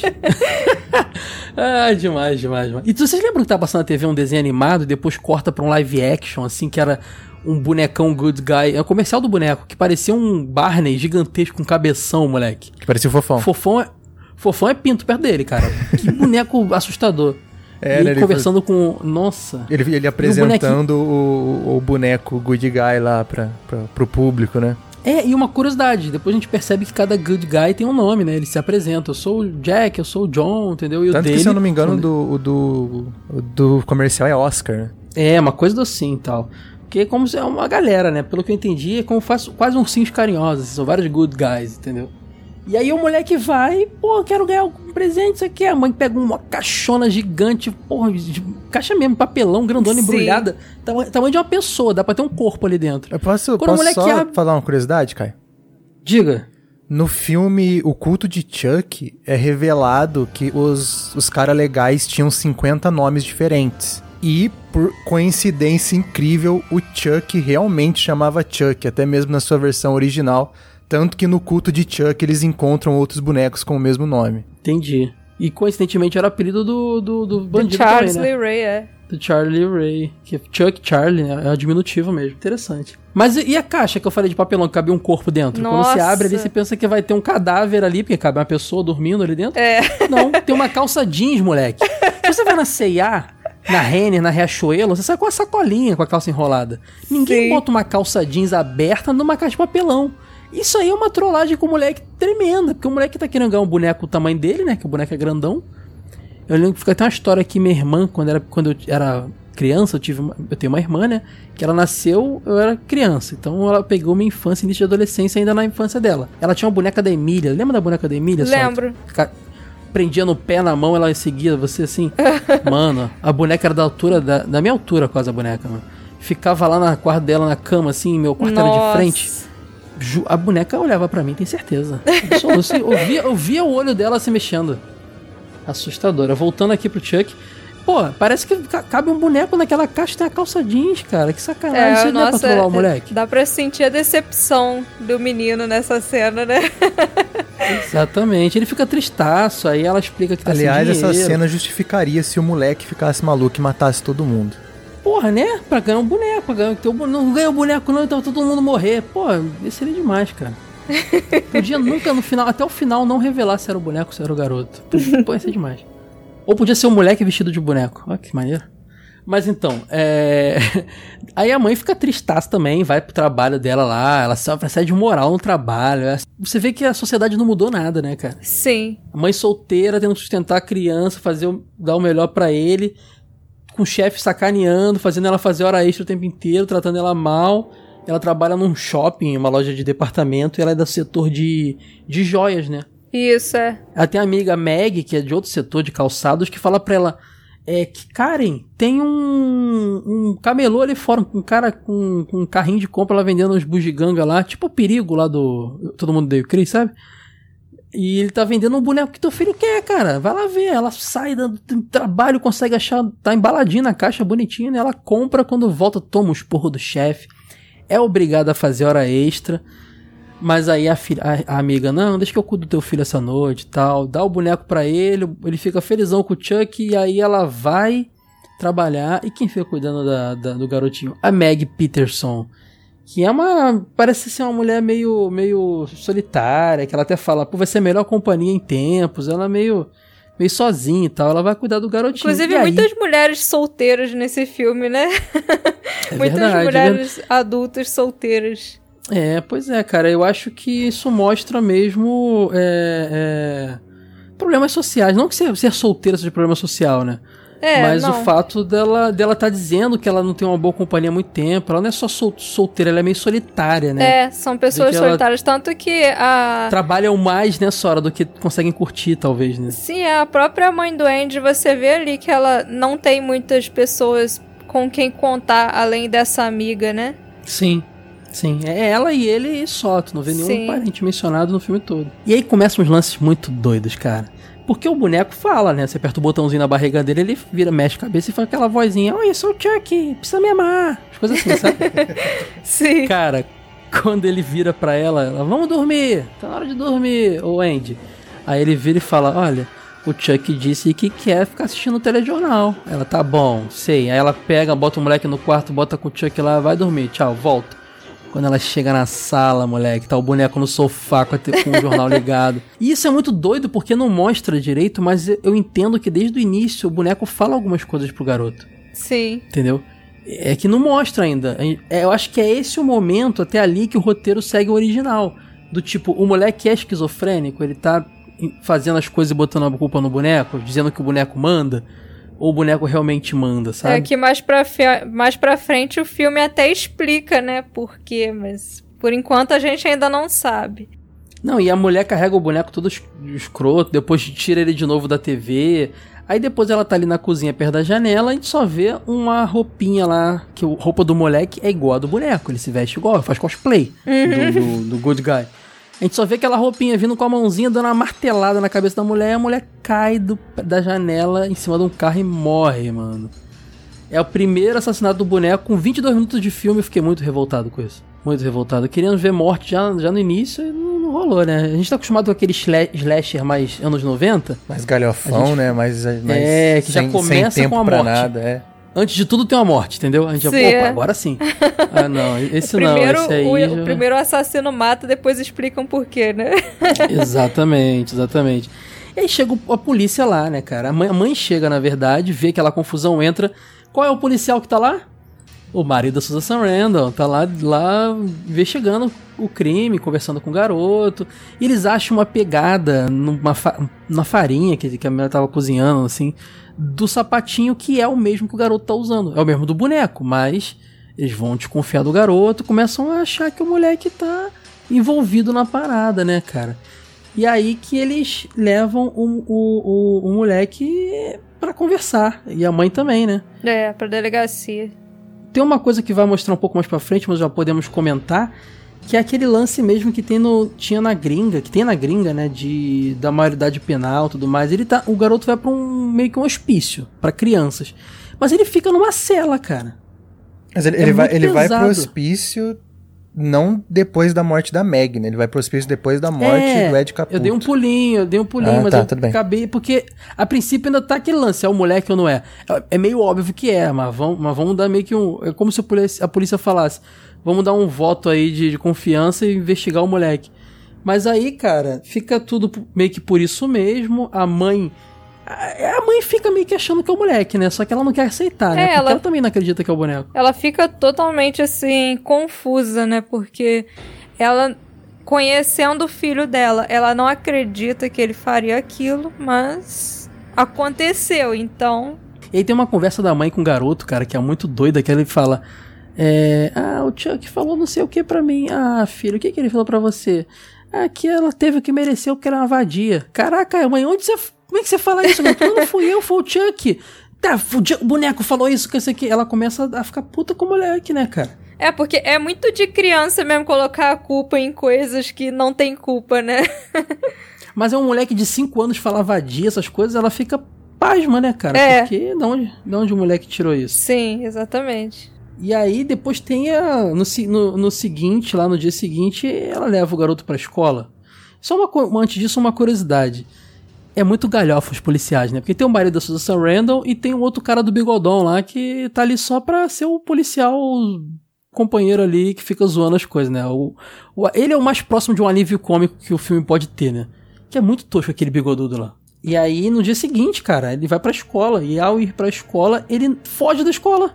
Demais. E vocês lembram que tava passando na TV um desenho animado e depois corta pra um live action, assim, que era um bonecão Good Guy, é o comercial do boneco, que parecia um Barney gigantesco com cabeção, moleque. Que parecia o Fofão. Fofão é pinto perto dele, cara. Que boneco assustador. Ele conversando com... Nossa. Ele apresentando o boneco Good Guy lá pro público, né? E uma curiosidade, depois a gente percebe que cada Good Guy tem um nome, né? Ele se apresenta, eu sou o Jack, eu sou o John, entendeu? E tanto o dele, que, se eu não me engano, do comercial é Oscar, né? Uma coisa assim e tal. Porque é como se é uma galera, né? Pelo que eu entendi, é como quase ursinhos carinhosos, são vários Good Guys, entendeu? E aí o moleque vai, pô, quero ganhar um presente, isso aqui. A mãe pega uma caixona gigante, porra, caixa mesmo, papelão, grandona, embrulhada, tamanho de uma pessoa, dá pra ter um corpo ali dentro. Eu posso só falar uma curiosidade, Caio? Diga. No filme O Culto de Chuck, é revelado que os caras legais tinham 50 nomes diferentes. E, por coincidência incrível, o Chuck realmente chamava Chuck, até mesmo na sua versão original. Tanto que no Culto de Chuck eles encontram outros bonecos com o mesmo nome. Entendi. E coincidentemente era o apelido do bandido Charles também, né? Lee Ray, Do Charlie Ray. Que é Chuck Charlie, né? É o diminutivo mesmo. Interessante. Mas e a caixa que eu falei de papelão, que cabia um corpo dentro? Nossa. Quando você abre ali, você pensa que vai ter um cadáver ali, porque cabe uma pessoa dormindo ali dentro. Não, tem uma calça jeans, moleque. Se você vai na C&A, na Renner, na Riachuelo, você sai com a sacolinha com a calça enrolada. Ninguém bota uma calça jeans aberta numa caixa de papelão. Isso aí é uma trollagem com o moleque tremenda, porque o moleque tá querendo ganhar um boneco do tamanho dele, né, que o boneco é grandão. Eu lembro que tem uma história que minha irmã, quando eu era criança, eu tenho uma irmã, né, que ela nasceu, eu era criança, então ela pegou minha infância, início de adolescência, ainda na infância dela. Ela tinha uma boneca da Emília, lembra da boneca da Emília? Lembro. Prendia no pé, na mão, ela seguia você assim. Mano, a boneca era da altura, da minha altura quase a boneca, mano. Ficava lá na quarto dela, na cama, assim, meu quarto era de frente. A boneca olhava pra mim, tem certeza. Eu via o olho dela se mexendo. Assustadora. Voltando aqui pro Chuck. Pô, parece que cabe um boneco naquela caixa que tem a calça jeans, cara. Que sacanagem. Isso não é pra trollar o moleque. Dá pra sentir a decepção do menino nessa cena, né? Exatamente. Ele fica tristaço, aí ela explica que tá sem dinheiro. Aliás, essa cena justificaria se o moleque ficasse maluco e matasse todo mundo. Porra, né? Pra ganhar um boneco. Não ganha o boneco não, então todo mundo morrer. Pô, isso seria demais, cara. Podia nunca no final, até o final, não revelar se era o boneco ou se era o garoto. Pô, isso é demais. Ou podia ser um moleque vestido de boneco. Olha que maneiro. Mas então, aí a mãe fica tristaça também, vai pro trabalho dela lá, ela sofre assédio moral no trabalho. Você vê que a sociedade não mudou nada, né, cara? Sim. A mãe solteira tendo que sustentar a criança, dar o melhor pra ele, com o chefe sacaneando, fazendo ela fazer hora extra o tempo inteiro, tratando ela mal. Ela trabalha num shopping, uma loja de departamento, e ela é do setor de joias, né? Isso, é. Ela tem a amiga Meg, que é de outro setor de calçados, que fala pra ela, que Karen, tem um camelô ali fora, um cara com um carrinho de compra lá vendendo uns bugiganga lá, tipo o Perigo lá do Todo Mundo Deu Cris, sabe? E ele tá vendendo um boneco que teu filho quer, cara. Vai lá ver. Ela sai do trabalho, consegue achar, tá embaladinho na caixa, bonitinho, né? Ela compra, quando volta, toma o esporro do chefe. É obrigada a fazer hora extra. Mas aí a amiga, não, deixa que eu cuido do teu filho essa noite e tal. Dá o boneco pra ele, ele fica felizão com o Chuck, e aí ela vai trabalhar. E quem fica cuidando do garotinho? A Meg Peterson. Que parece ser uma mulher meio solitária, que ela até fala, pô, vai ser a melhor companhia em tempos. Ela é meio sozinha e tal, ela vai cuidar do garotinho. Inclusive, muitas mulheres solteiras nesse filme, né? Muitas mulheres adultas solteiras. Pois é, cara, eu acho que isso mostra mesmo problemas sociais. Não que ser solteira seja problema social, né? Mas não. O fato dela tá dizendo que ela não tem uma boa companhia há muito tempo, ela não é só solteira, ela é meio solitária, né? São pessoas solitárias, tanto que trabalham mais nessa hora do que conseguem curtir, talvez, né? Sim, a própria mãe do Andy, você vê ali que ela não tem muitas pessoas com quem contar, além dessa amiga, né? Sim. É ela e ele só, tu não vê nenhum parente mencionado no filme todo. E aí começam uns lances muito doidos, cara. Porque o boneco fala, né? Você aperta o botãozinho na barriga dele, ele vira, mexe a cabeça e faz aquela vozinha. Oi, eu sou o Chuck, precisa me amar. As coisas assim, sabe? Sim. Cara, quando ele vira pra ela, vamos dormir, tá na hora de dormir, ô Andy. Aí ele vira e fala, olha, o Chuck disse que quer ficar assistindo o telejornal. Ela, tá bom, sei. Aí ela pega, bota o moleque no quarto, bota com o Chuck lá, vai dormir, tchau, volta. Quando ela chega na sala, moleque, tá o boneco no sofá com o jornal ligado. E isso é muito doido porque não mostra direito, mas eu entendo que desde o início o boneco fala algumas coisas pro garoto. Sim. Entendeu? É que não mostra ainda. Eu acho que é esse o momento, até ali, que o roteiro segue o original. Do tipo, o moleque é esquizofrênico, ele tá fazendo as coisas e botando a culpa no boneco, dizendo que o boneco manda. Ou o boneco realmente manda, sabe? É que mais pra frente o filme até explica, né, por quê, mas por enquanto a gente ainda não sabe. Não, e a mulher carrega o boneco todo escroto, depois tira ele de novo da TV, aí depois ela tá ali na cozinha perto da janela, a gente só vê uma roupinha lá, que a roupa do moleque é igual a do boneco, ele se veste igual, faz cosplay do good guy. A gente só vê aquela roupinha vindo com a mãozinha, dando uma martelada na cabeça da mulher, e a mulher cai da janela em cima de um carro e morre, mano. É o primeiro assassinato do boneco, com 22 minutos de filme, eu fiquei muito revoltado com isso. Muito revoltado. Querendo ver morte já no início, e não rolou, né? A gente tá acostumado com aquele slasher mais anos 90. Mais galhofão, né? Mais que já começa com a morte. Nada, Antes de tudo tem uma morte, entendeu? A gente opa, agora sim. Ah, não, esse aí... O primeiro assassino mata, depois explicam por quê, né? Exatamente. E aí chega a polícia lá, né, cara? A mãe chega, na verdade, vê aquela confusão, entra. Qual é o policial que tá lá? O marido da Susan Sarandon. Tá lá investigando o crime, conversando com o garoto. E eles acham uma pegada na farinha que a mulher tava cozinhando, assim, do sapatinho que é o mesmo que o garoto tá usando. É o mesmo do boneco, mas eles vão desconfiar do garoto, começam a achar que o moleque tá envolvido na parada, né, cara? E aí que eles levam o moleque pra conversar. E a mãe também, né? Pra delegacia. Tem uma coisa que vai mostrar um pouco mais pra frente, mas já podemos comentar, que é aquele lance mesmo que tem na gringa, né, da maioridade penal e tudo mais. O garoto vai pra meio que um hospício pra crianças. Mas ele fica numa cela, cara. Mas ele vai pro hospício não depois da morte da Meg, né? Ele vai pro hospício depois da morte do Ed Caputo. Eu dei um pulinho, mas tá, eu acabei... Porque a princípio ainda tá aquele lance, é o moleque ou não é? É meio óbvio que mas vamos dar meio que é como se a polícia falasse, vamos dar um voto aí de confiança e investigar o moleque. Mas aí, cara, fica tudo meio que por isso mesmo. A mãe fica meio que achando que é o moleque, né? Só que ela não quer aceitar, né? Porque ela também não acredita que é o boneco. Ela fica totalmente, assim, confusa, né? Porque ela, conhecendo o filho dela, ela não acredita que ele faria aquilo, mas aconteceu, então... E aí tem uma conversa da mãe com o garoto, cara, que é muito doida, que ele fala... o Chuck falou não sei o que pra mim. Ah, filho, o que ele falou pra você? Que ela teve o que mereceu porque era uma vadia. Caraca, mãe, como é que você fala isso? Não fui eu, foi o Chuck. Tá, o boneco falou isso, que isso aqui. Ela começa a ficar puta com o moleque, né, cara? Porque é muito de criança mesmo colocar a culpa em coisas que não tem culpa, né? Mas é um moleque de 5 anos falar vadia, essas coisas, ela fica pasma, né, cara? Porque de onde o moleque tirou isso? Sim, exatamente. E aí depois tem no seguinte, lá no dia seguinte, ela leva o garoto pra escola. Só antes disso, uma curiosidade. É muito galhofa os policiais, né? Porque tem o marido da Susan Randall e tem um outro cara do bigodão lá que tá ali só pra ser o policial companheiro ali que fica zoando as coisas, né? Ele é o mais próximo de um alívio cômico que o filme pode ter, né? Que é muito tosco aquele bigodudo lá. E aí, no dia seguinte, cara, ele vai pra escola. E ao ir pra escola, ele foge da escola.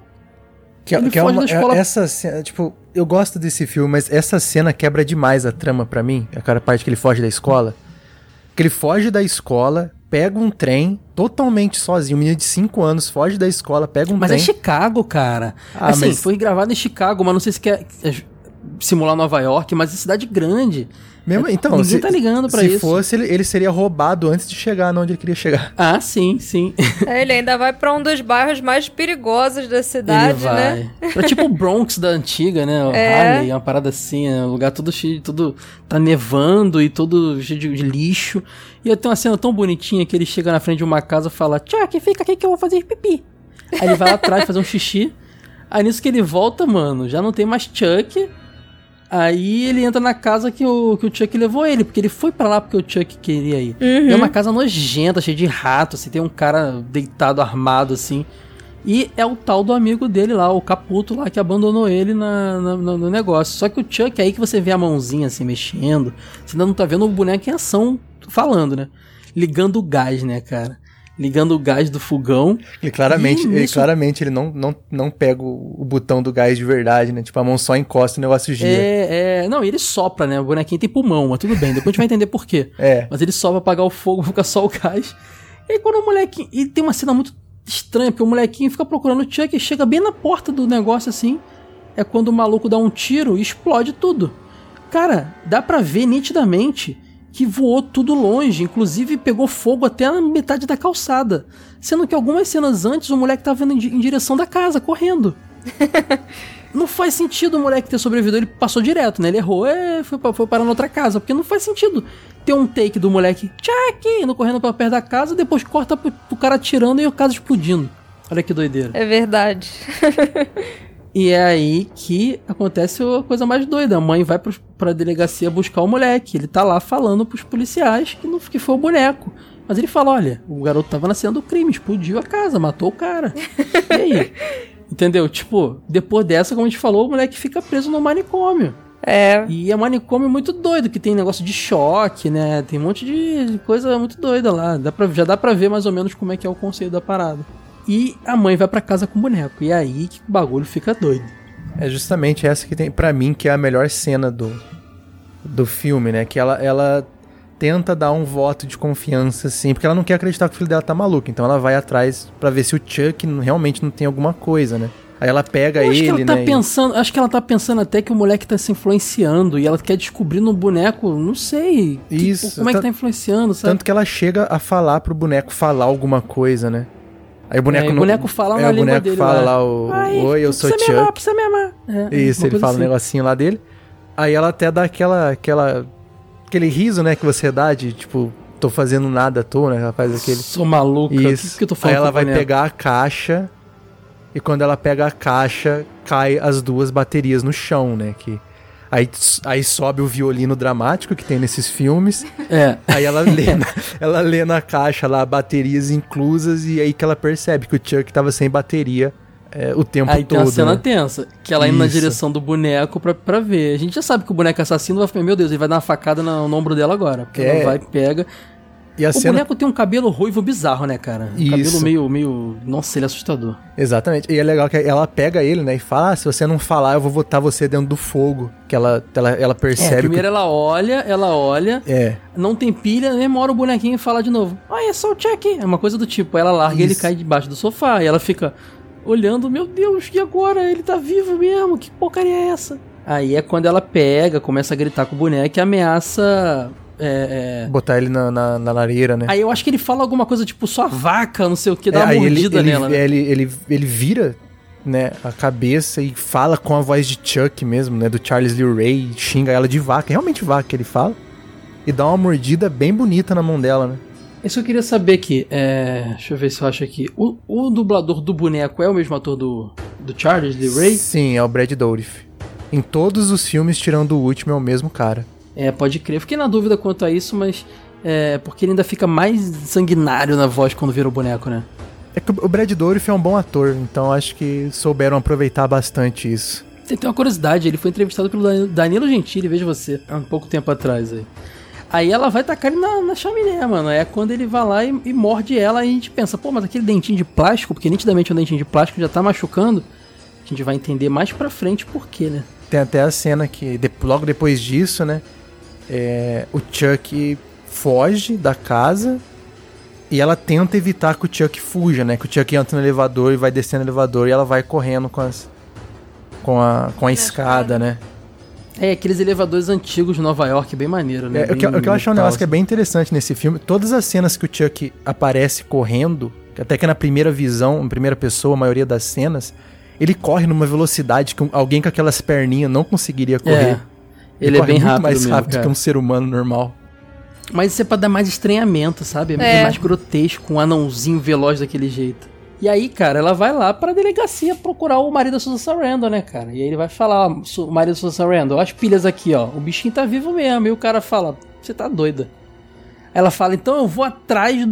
Essa cena, tipo, eu gosto desse filme, mas essa cena quebra demais a trama pra mim. Aquela parte que ele foge da escola. Que ele foge da escola, pega um trem totalmente sozinho. Um menino de 5 anos foge da escola, pega um trem. Mas é Chicago, cara. Assim, foi gravado em Chicago, mas não sei se quer simular Nova York, mas é cidade grande. Mesmo, então, ninguém tá ligando pra isso. Se fosse, ele seria roubado antes de chegar onde ele queria chegar. Ah, sim, sim. Ele ainda vai pra um dos bairros mais perigosos da cidade, né? Pra tipo o Bronx da antiga, né? O Harley, uma parada assim, né? Um lugar todo cheio de tá nevando e todo cheio de lixo. E aí tem uma cena tão bonitinha que ele chega na frente de uma casa e fala: Chuck, fica aqui que eu vou fazer pipi. Aí ele vai lá atrás fazer um xixi. Aí nisso que ele volta, mano, já não tem mais Chuck. Aí ele entra na casa que o Chuck levou ele, porque ele foi pra lá porque o Chuck queria ir. Uhum. É uma casa nojenta, cheia de rato, assim, tem um cara deitado, armado, assim. E é o tal do amigo dele lá, o Caputo lá, que abandonou ele no negócio. Só que o Chuck, aí que você vê a mãozinha assim, mexendo, você ainda não tá vendo o boneco em ação falando, né? Ligando o gás, né, cara? Ligando o gás do fogão. Claramente ele não pega o botão do gás de verdade, né? Tipo, a mão só encosta e o negócio gira. Não, ele sopra, né? O bonequinho tem pulmão, mas tudo bem. Depois a gente vai entender por quê. Mas ele sopra pra apagar o fogo, fica só o gás. E aí quando o molequinho... E tem uma cena muito estranha, porque o molequinho fica procurando o Chuck e chega bem na porta do negócio, assim. É quando o maluco dá um tiro e explode tudo. Cara, dá pra ver nitidamente que voou tudo longe, inclusive pegou fogo até na metade da calçada. Sendo que algumas cenas antes o moleque tava indo em direção da casa, correndo. Não faz sentido o moleque ter sobrevivido, ele passou direto, né? Ele errou, foi parar na outra casa, porque não faz sentido ter um take do moleque Chuck, indo correndo pra perto da casa, depois corta pro cara atirando e a casa explodindo. Olha que doideira. É verdade. E é aí que acontece a coisa mais doida. A mãe vai pra delegacia buscar o moleque. Ele tá lá falando pros policiais que foi o boneco. Mas ele fala, olha, o garoto tava na cena do crime, explodiu a casa, matou o cara. E aí? Entendeu? Tipo, depois dessa, como a gente falou, o moleque fica preso no manicômio. E é um manicômio muito doido, que tem negócio de choque, né? Tem um monte de coisa muito doida lá. Já dá pra ver mais ou menos como é que é o conceito da parada. E a mãe vai pra casa com o boneco. E é aí que o bagulho fica doido. É justamente essa que tem, pra mim, que é a melhor cena do filme, né? Que ela tenta dar um voto de confiança, assim, porque ela não quer acreditar que o filho dela tá maluco. Então ela vai atrás pra ver se o Chuck realmente não tem alguma coisa, né? Aí ela pega ele, Acho que ela tá pensando até que o moleque tá se influenciando e ela quer descobrir no boneco, não sei. Isso. Como é que tá influenciando, sabe? Tanto que ela chega a falar pro boneco falar alguma coisa, né? Aí o boneco fala na língua dele. Fala lá oi, eu sou Chuck. Precisa me amar. Isso, ele fala um negocinho lá dele. Aí ela até dá aquele riso, né, que você dá de, tipo, tô fazendo nada à toa, né? Ela faz aquele... Sou maluca, isso. O que eu tô falando? Aí ela vai pegar a caixa e quando ela pega a caixa, cai as 2 baterias no chão, né? Aí sobe o violino dramático que tem nesses filmes. Aí ela lê na caixa lá baterias inclusas e aí que ela percebe que o Chuck tava sem bateria o tempo todo. Aí tem uma cena tensa, que ela indo na direção do boneco pra ver. A gente já sabe que o boneco assassino vai ficar, meu Deus, ele vai dar uma facada no ombro dela agora. Porque ela vai, pega... E o boneco tem um cabelo ruivo bizarro, né, cara? Cabelo meio... Nossa, ele é assustador. Exatamente. E é legal que ela pega ele, né? E fala, se você não falar, eu vou botar você dentro do fogo. Que ela percebe... Primeiro ela olha... Não tem pilha, demora o bonequinho e fala de novo. É só o Chuck. É uma coisa do tipo. Aí ela larga e ele cai debaixo do sofá. E ela fica olhando, meu Deus, e agora? Ele tá vivo mesmo? Que porcaria é essa? Aí é quando ela pega, começa a gritar com o boneco e ameaça... botar ele na lareira, né? Aí eu acho que ele fala alguma coisa tipo, sua vaca, não sei o que, dá uma mordida nela, né? Ele vira, né, a cabeça e fala com a voz de Chuck mesmo, né? Do Charles Lee Ray, xinga ela de vaca, realmente vaca ele fala. E dá uma mordida bem bonita na mão dela, né? Isso eu queria saber aqui, deixa eu ver se eu acho aqui. O dublador do boneco é o mesmo ator do Do Charles Lee Ray? Sim, é o Brad Dourif. Em todos os filmes, tirando o último, é o mesmo cara. Pode crer. Fiquei na dúvida quanto a isso, mas... porque ele ainda fica mais sanguinário na voz quando vira o boneco, né? É que o Brad Dourif é um bom ator, então acho que souberam aproveitar bastante isso. Tem uma curiosidade, ele foi entrevistado pelo Danilo Gentili, veja você, há um pouco tempo atrás aí. Aí ela vai tacar ele na chaminé, mano. É quando ele vai lá e morde ela e a gente pensa, pô, mas aquele dentinho de plástico, porque nitidamente o dentinho de plástico já tá machucando, a gente vai entender mais pra frente por quê, né? Tem até a cena que, logo depois disso, né, o Chuck foge da casa e ela tenta evitar que o Chuck fuja, né? Que o Chuck entra no elevador e vai descendo no elevador e ela vai correndo com a escada, né? Aqueles elevadores antigos de Nova York, bem maneiro, né? O que eu acho um negócio que é bem interessante nesse filme, todas as cenas que o Chuck aparece correndo, até que na primeira visão, em primeira pessoa, a maioria das cenas, ele corre numa velocidade que alguém com aquelas perninhas não conseguiria correr. Ele é bem muito rápido mais mesmo, rápido cara. que um ser humano normal. Mas isso é pra dar mais estranhamento, sabe? É mais grotesco, um anãozinho veloz daquele jeito. E aí, cara, ela vai lá pra delegacia procurar o marido da Susan Sarandon, né, cara? E aí ele vai falar, ó, o marido da Susan Sarandon, as pilhas aqui, ó, o bichinho tá vivo mesmo. E o cara fala, você tá doida. Ela fala, então eu vou atrás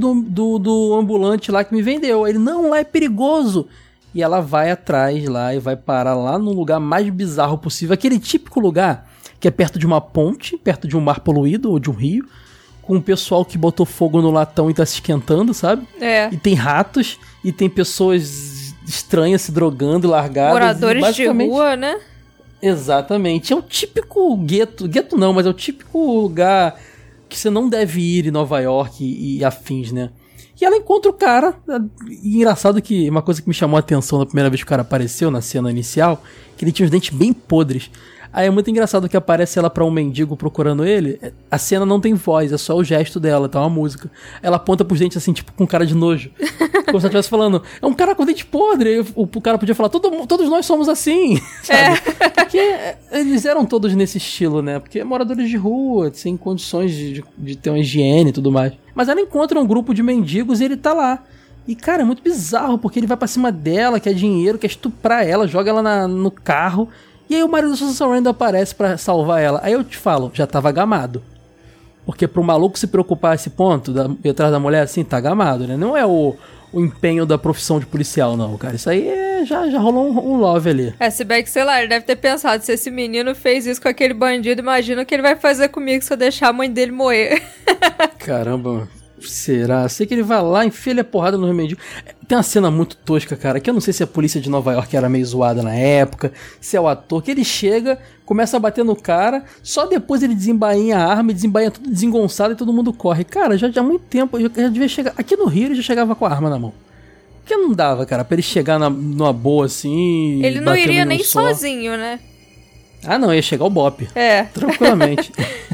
do ambulante lá que me vendeu. Ele, não, lá é perigoso. E ela vai atrás lá e vai parar lá no lugar mais bizarro possível. Aquele típico lugar que é perto de uma ponte, perto de um mar poluído ou de um rio, com um pessoal que botou fogo no latão e tá se esquentando, sabe? E tem ratos, e tem pessoas estranhas se drogando, largadas. Moradores de rua, né? Exatamente. É o típico gueto. Gueto não, mas é o típico lugar que você não deve ir em Nova York e afins, né? E ela encontra o cara. E engraçado que uma coisa que me chamou a atenção na primeira vez que o cara apareceu na cena inicial, que ele tinha os dentes bem podres. Aí é muito engraçado que aparece ela pra um mendigo procurando ele. A cena não tem voz, é só o gesto dela, tá uma música. Ela aponta pros dentes assim, tipo, com cara de nojo. Como se ela estivesse falando, é um cara com dente podre. O cara podia falar, todos nós somos assim, sabe? Porque eles eram todos nesse estilo, né? Porque moradores de rua, sem condições de ter uma higiene e tudo mais. Mas ela encontra um grupo de mendigos e ele tá lá. E, cara, é muito bizarro, porque ele vai pra cima dela, quer dinheiro, quer estuprar ela, joga ela no carro. E aí o marido da Susan Sarandon aparece pra salvar ela. Aí eu te falo, já tava gamado. Porque pro maluco se preocupar a esse ponto, atrás da mulher assim, tá gamado, né? Não é o empenho da profissão de policial, não, cara. Isso aí já rolou um love ali. Se bem que, sei lá, ele deve ter pensado, se esse menino fez isso com aquele bandido, imagina o que ele vai fazer comigo se eu deixar a mãe dele morrer. Caramba, será? Sei que ele vai lá, enfia a porrada no mendigo. Tem uma cena muito tosca, cara, que eu não sei se a polícia de Nova York era meio zoada na época, se é o ator, que ele chega, começa a bater no cara, só depois ele desembainha a arma, desembainha tudo desengonçado e todo mundo corre. Cara, já há muito tempo, eu já devia chegar... Aqui no Rio ele já chegava com a arma na mão. Porque não dava, cara, pra ele chegar numa boa assim... Ele não iria nem sozinho, né? Ah, não, ia chegar o Bop. Tranquilamente.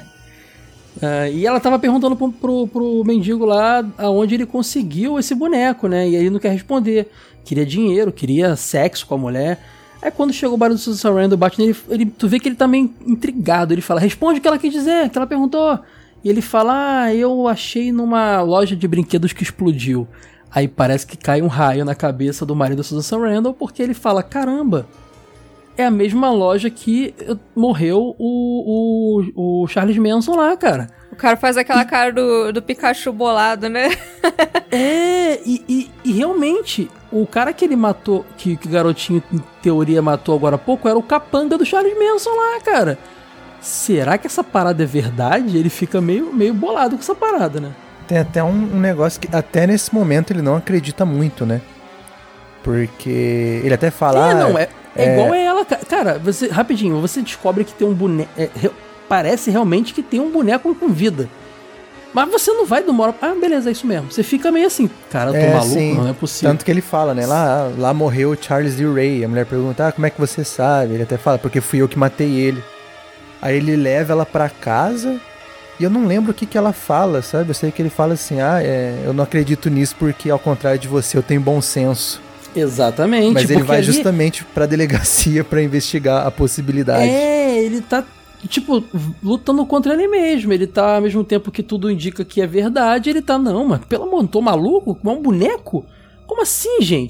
E ela tava perguntando pro mendigo lá aonde ele conseguiu esse boneco, né? E ele não quer responder. Queria dinheiro, queria sexo com a mulher. Aí quando chegou o barulho do Susan Sarandon, bate nele, tu vê que ele tá meio intrigado. Ele fala, responde o que ela quis dizer, que ela perguntou. E ele fala, eu achei numa loja de brinquedos que explodiu. Aí parece que cai um raio na cabeça do marido da Susan Sarandon, porque ele fala, caramba, é a mesma loja que morreu o Charles Manson lá, cara. O cara faz aquela cara do Pikachu bolado, né? E realmente, o cara que ele matou, que o garotinho em teoria matou agora há pouco, era o capanga do Charles Manson lá, cara. Será que essa parada é verdade? Ele fica meio bolado com essa parada, né? Tem até um negócio que até nesse momento ele não acredita muito, né? Porque ele até fala... É igual a ela, cara, você descobre que tem um boneco, parece realmente que tem um boneco com vida, mas você não vai demorar, beleza, é isso mesmo, você fica meio assim, cara, eu tô maluco, sim. Não é possível. Tanto que ele fala, né, lá morreu o Charles Lee Ray, a mulher pergunta, como é que você sabe? Ele até fala, porque fui eu que matei ele. Aí ele leva ela pra casa, e eu não lembro o que ela fala, sabe, eu sei que ele fala assim, eu não acredito nisso porque ao contrário de você eu tenho bom senso. Exatamente. Mas ele vai justamente pra delegacia pra investigar a possibilidade. Ele tá, lutando contra ele mesmo. Ele tá, ao mesmo tempo que tudo indica que é verdade, ele tá, não, mas pelo amor, tô maluco? É um boneco? Como assim, gente?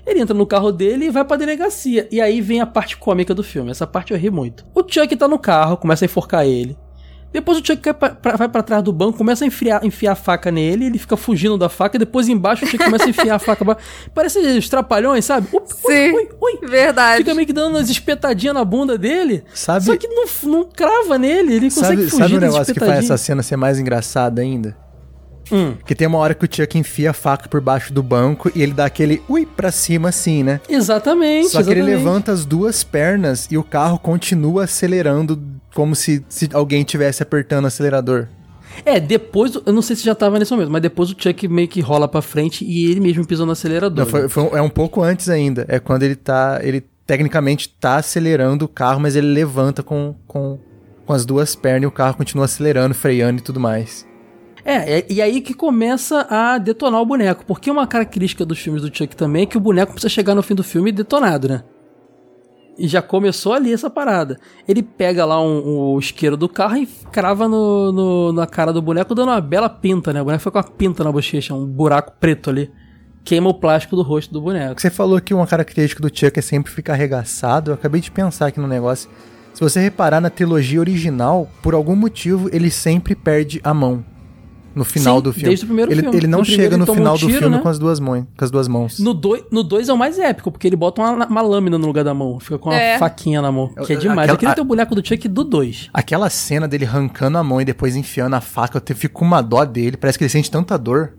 Ele entra no carro dele e vai pra delegacia. E aí vem a parte cômica do filme. Essa parte eu ri muito. O Chuck tá no carro, começa a enforcar ele. Depois o Chuck vai pra trás do banco, começa a enfiar a faca nele, ele fica fugindo da faca, e depois embaixo o Chuck começa a enfiar a faca. Parece os trapalhões, sabe? Sim, verdade. Fica meio que dando umas espetadinhas na bunda dele, sabe, só que não crava nele, ele consegue fugir. Sabe o negócio que faz essa cena ser mais engraçada ainda? Que tem uma hora que o Chuck enfia a faca por baixo do banco e ele dá aquele pra cima assim, né? Exatamente. Só que ele levanta as duas pernas e o carro continua acelerando como se alguém estivesse apertando o acelerador. Depois, eu não sei se já tava nesse momento, mas depois o Chuck meio que rola pra frente e ele mesmo pisa no acelerador. Não, é um pouco antes ainda. É quando ele tecnicamente tá acelerando o carro, mas ele levanta com as duas pernas e o carro continua acelerando, freando e tudo mais. E aí que começa a detonar o boneco, porque uma característica dos filmes do Chuck também é que o boneco precisa chegar no fim do filme detonado, né? E já começou ali essa parada. Ele pega lá o isqueiro do carro e crava na cara do boneco, dando uma bela pinta, né? O boneco foi com uma pinta na bochecha, um buraco preto ali. Queima o plástico do rosto do boneco. Você falou que uma característica do Chuck é sempre ficar arregaçado. Eu acabei de pensar aqui no negócio. Se você reparar na trilogia original, por algum motivo ele sempre perde a mão. No final do filme. Desde o primeiro filme. Ele não chega no final do filme, né? com as duas mãos. No 2 é o mais épico, porque ele bota uma lâmina no lugar da mão. Fica com uma faquinha na mão. Que é demais. Eu queria ter o boneco do Chuck do 2. Aquela cena dele arrancando a mão e depois enfiando a faca, eu fico com uma dó dele. Parece que ele sente tanta dor.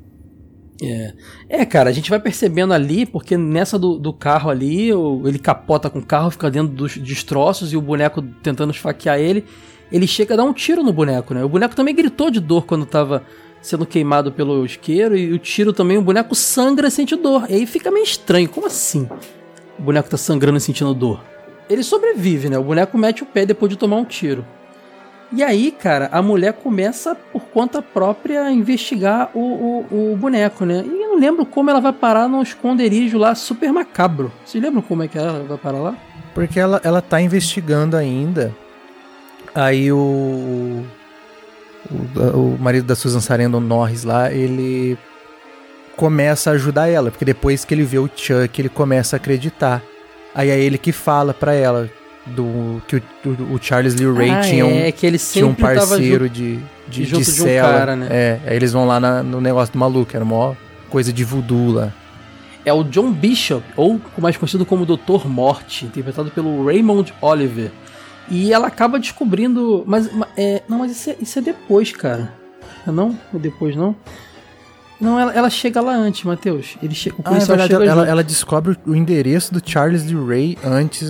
Cara, a gente vai percebendo ali, porque nessa do carro ali, ele capota com o carro, fica dentro dos destroços e o boneco tentando esfaquear ele. Ele chega a dar um tiro no boneco, né? O boneco também gritou de dor quando tava sendo queimado pelo isqueiro. E o tiro também, o boneco sangra e sente dor. E aí fica meio estranho. Como assim? O boneco tá sangrando e sentindo dor. Ele sobrevive, né? O boneco mete o pé depois de tomar um tiro. E aí, cara, a mulher começa por conta própria a investigar o boneco, né? E eu não lembro como ela vai parar num esconderijo lá super macabro. Vocês lembram como é que ela vai parar lá? Porque ela tá investigando ainda. Aí o marido da Susan Sarandon Norris lá, ele começa a ajudar ela, porque depois que ele vê o Chuck, ele começa a acreditar. Aí é ele que fala pra ela que o Charles Lee Ray tinha um parceiro de cela. Cara, né? Aí eles vão lá no negócio do maluco, era uma coisa de voodoo lá. É o John Bishop, ou mais conhecido como Dr. Morte, interpretado pelo Raymond Oliver. E ela acaba descobrindo... Mas isso é depois, cara. Não? É depois, não? Não, ela chega lá antes, Matheus. O policial chega ela descobre o endereço do Charles Lee Ray antes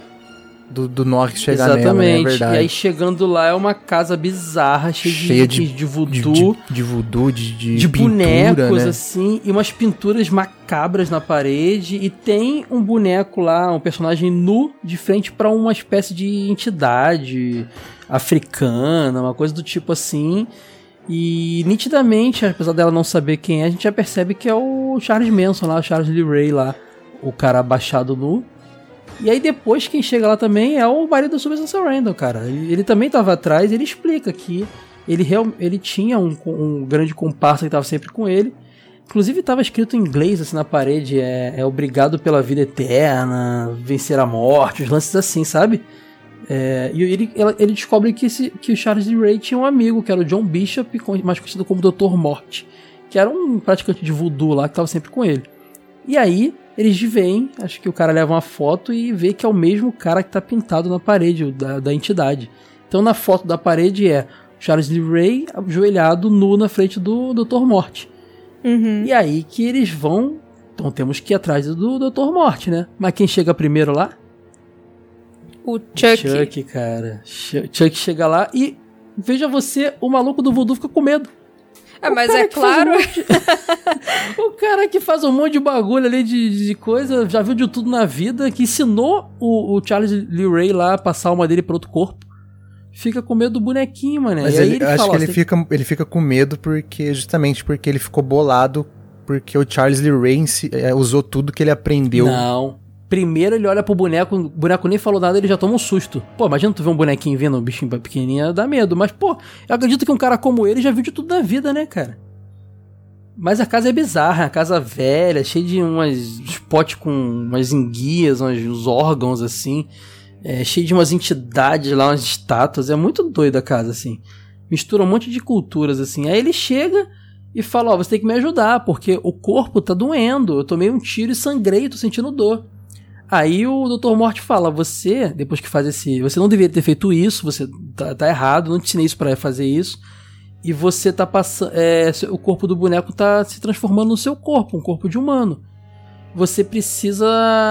do Norris chegar nela, né? É verdade. E aí chegando lá é uma casa bizarra, cheia de voodoo. De voodoo, de bonecos, pintura, né? assim, e umas pinturas macabras na parede. E tem um boneco lá, um personagem nu, de frente pra uma espécie de entidade africana, uma coisa do tipo assim. E nitidamente, apesar dela não saber quem é, a gente já percebe que é o Charles Manson lá, o Charles Lee Ray lá, o cara abaixado nu. E aí depois quem chega lá também é o marido da Susan Sarandon, cara. Ele também tava atrás, ele explica que ele tinha um grande comparsa que tava sempre com ele. Inclusive tava escrito em inglês assim na parede, obrigado pela vida eterna, vencer a morte, os lances assim, sabe? E ele descobre que o Charles Lee Ray tinha um amigo, que era o John Bishop, mais conhecido como Dr. Morte, que era um praticante de voodoo lá, que tava sempre com ele. E aí eles veem, acho que o cara leva uma foto e vê que é o mesmo cara que tá pintado na parede da entidade. Então na foto da parede é Charles Lee Ray ajoelhado nu na frente do Dr. Morte. Uhum. E aí que eles vão... Então temos que ir atrás do Dr. Morte, né? Mas quem chega primeiro lá? O Chuck. Chuck, cara. Chuck chega lá e, veja você, o maluco do voodoo fica com medo. Mas é claro. O cara que faz um monte de bagulho ali de coisa, já viu de tudo na vida, que ensinou o Charles Lee Ray lá a passar a alma dele pra outro corpo, fica com medo do bonequinho, mano. Mas ele acho que ele fica com medo justamente porque ele ficou bolado, porque o Charles Lee Ray usou tudo que ele aprendeu. Não. Primeiro ele olha pro boneco, o boneco nem falou nada, ele já toma um susto. Pô, imagina tu ver um bonequinho vindo, um bichinho pequenininho, dá medo. Mas, pô, eu acredito que um cara como ele já viu de tudo na vida, né, cara? Mas a casa é bizarra, a casa velha, cheia de uns potes com umas enguias, uns órgãos, assim. Cheia de umas entidades lá, umas estátuas. É muito doida a casa, assim. Mistura um monte de culturas, assim. Aí ele chega e fala, você tem que me ajudar, porque o corpo tá doendo. Eu tomei um tiro e sangrei, tô sentindo dor. Aí o Dr. Morte fala, você, depois que faz você não deveria ter feito isso, você tá errado, não te ensinei isso pra fazer isso. E você tá passando. O corpo do boneco tá se transformando no seu corpo, um corpo de humano. Você precisa.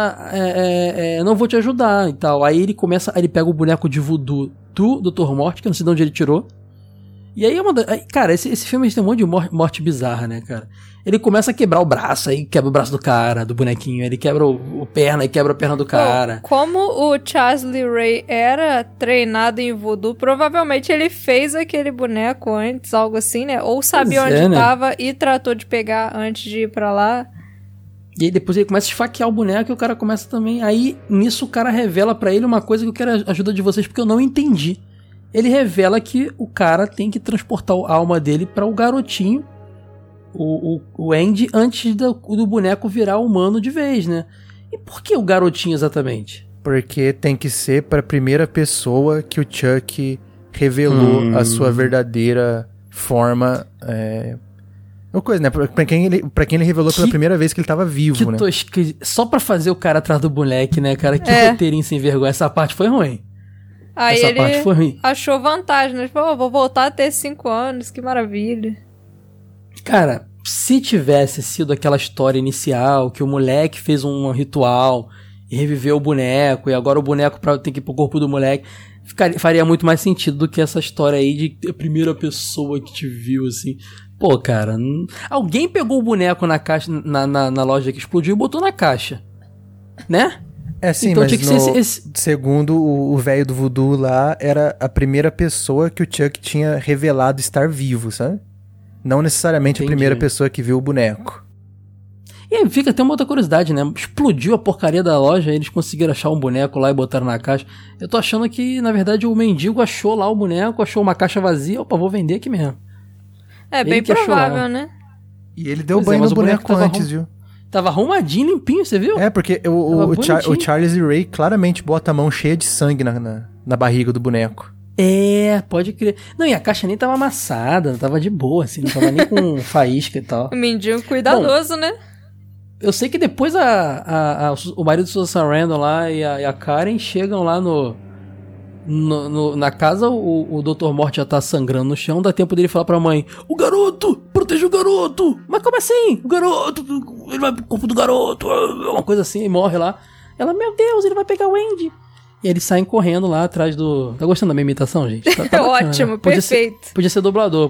Não vou te ajudar e tal. Aí ele pega o boneco de voodoo do Dr. Morte, que eu não sei de onde ele tirou. E aí cara, esse filme tem um monte de morte bizarra, né, cara? Ele começa a quebrar o braço, aí quebra o braço do cara, do bonequinho, ele quebra o perna e quebra a perna do cara. Como o Charles Lee Ray era treinado em voodoo, provavelmente ele fez aquele boneco antes, algo assim, né? Ou sabia onde tava e tratou de pegar antes de ir pra lá. E aí depois ele começa a esfaquear o boneco e o cara começa também. Aí nisso o cara revela pra ele uma coisa que eu quero a ajuda de vocês, porque eu não entendi. Ele revela que o cara tem que transportar a alma dele para o garotinho, o Andy, antes do boneco virar humano de vez, né? E por que o garotinho exatamente? Porque tem que ser para a primeira pessoa que o Chuck revelou a sua verdadeira forma. Uma coisa, né? Pra quem ele revelou pela primeira vez que ele tava vivo, né? Só pra fazer o cara atrás do moleque, né, cara? Que roteirinho sem vergonha. Essa parte foi ruim. Aí ele achou vantagem, né? Tipo, vou voltar a ter 5 anos, que maravilha. Cara, se tivesse sido aquela história inicial, que o moleque fez um ritual e reviveu o boneco, e agora o boneco tem que ir pro corpo do moleque, faria muito mais sentido do que essa história aí de a primeira pessoa que te viu, assim. Pô, cara, alguém pegou o boneco na caixa, na loja que explodiu e botou na caixa, né? Sim, então, mas segundo o velho do voodoo lá, era a primeira pessoa que o Chuck tinha revelado estar vivo, sabe? Não necessariamente a primeira pessoa que viu o boneco. E aí fica até uma outra curiosidade, né? Explodiu a porcaria da loja, eles conseguiram achar um boneco lá e botaram na caixa. Eu tô achando que, na verdade, o mendigo achou lá o boneco, achou uma caixa vazia, opa, vou vender aqui mesmo. Bem provável, né? E ele deu banho no boneco antes, viu? Tava arrumadinho, limpinho, você viu? Porque o Charles Ray claramente bota a mão cheia de sangue na barriga do boneco. Pode crer. Não, e a caixa nem tava amassada, tava de boa, assim, não tava nem com faísca e tal. O mendigo cuidadoso, bom, né? Eu sei que depois o marido do Susan Sarandon lá e a Karen chegam lá na casa, o Dr. Morte já tá sangrando no chão, dá tempo dele falar pra mãe, o garoto, proteja o garoto. Mas como assim? O garoto, ele vai pro corpo do garoto, uma coisa assim, e morre lá. Ela, meu Deus, ele vai pegar o Andy. E eles saem correndo lá atrás do... Tá gostando da minha imitação, gente? Tá bacana, ótimo, né? Perfeito. Podia ser dublador.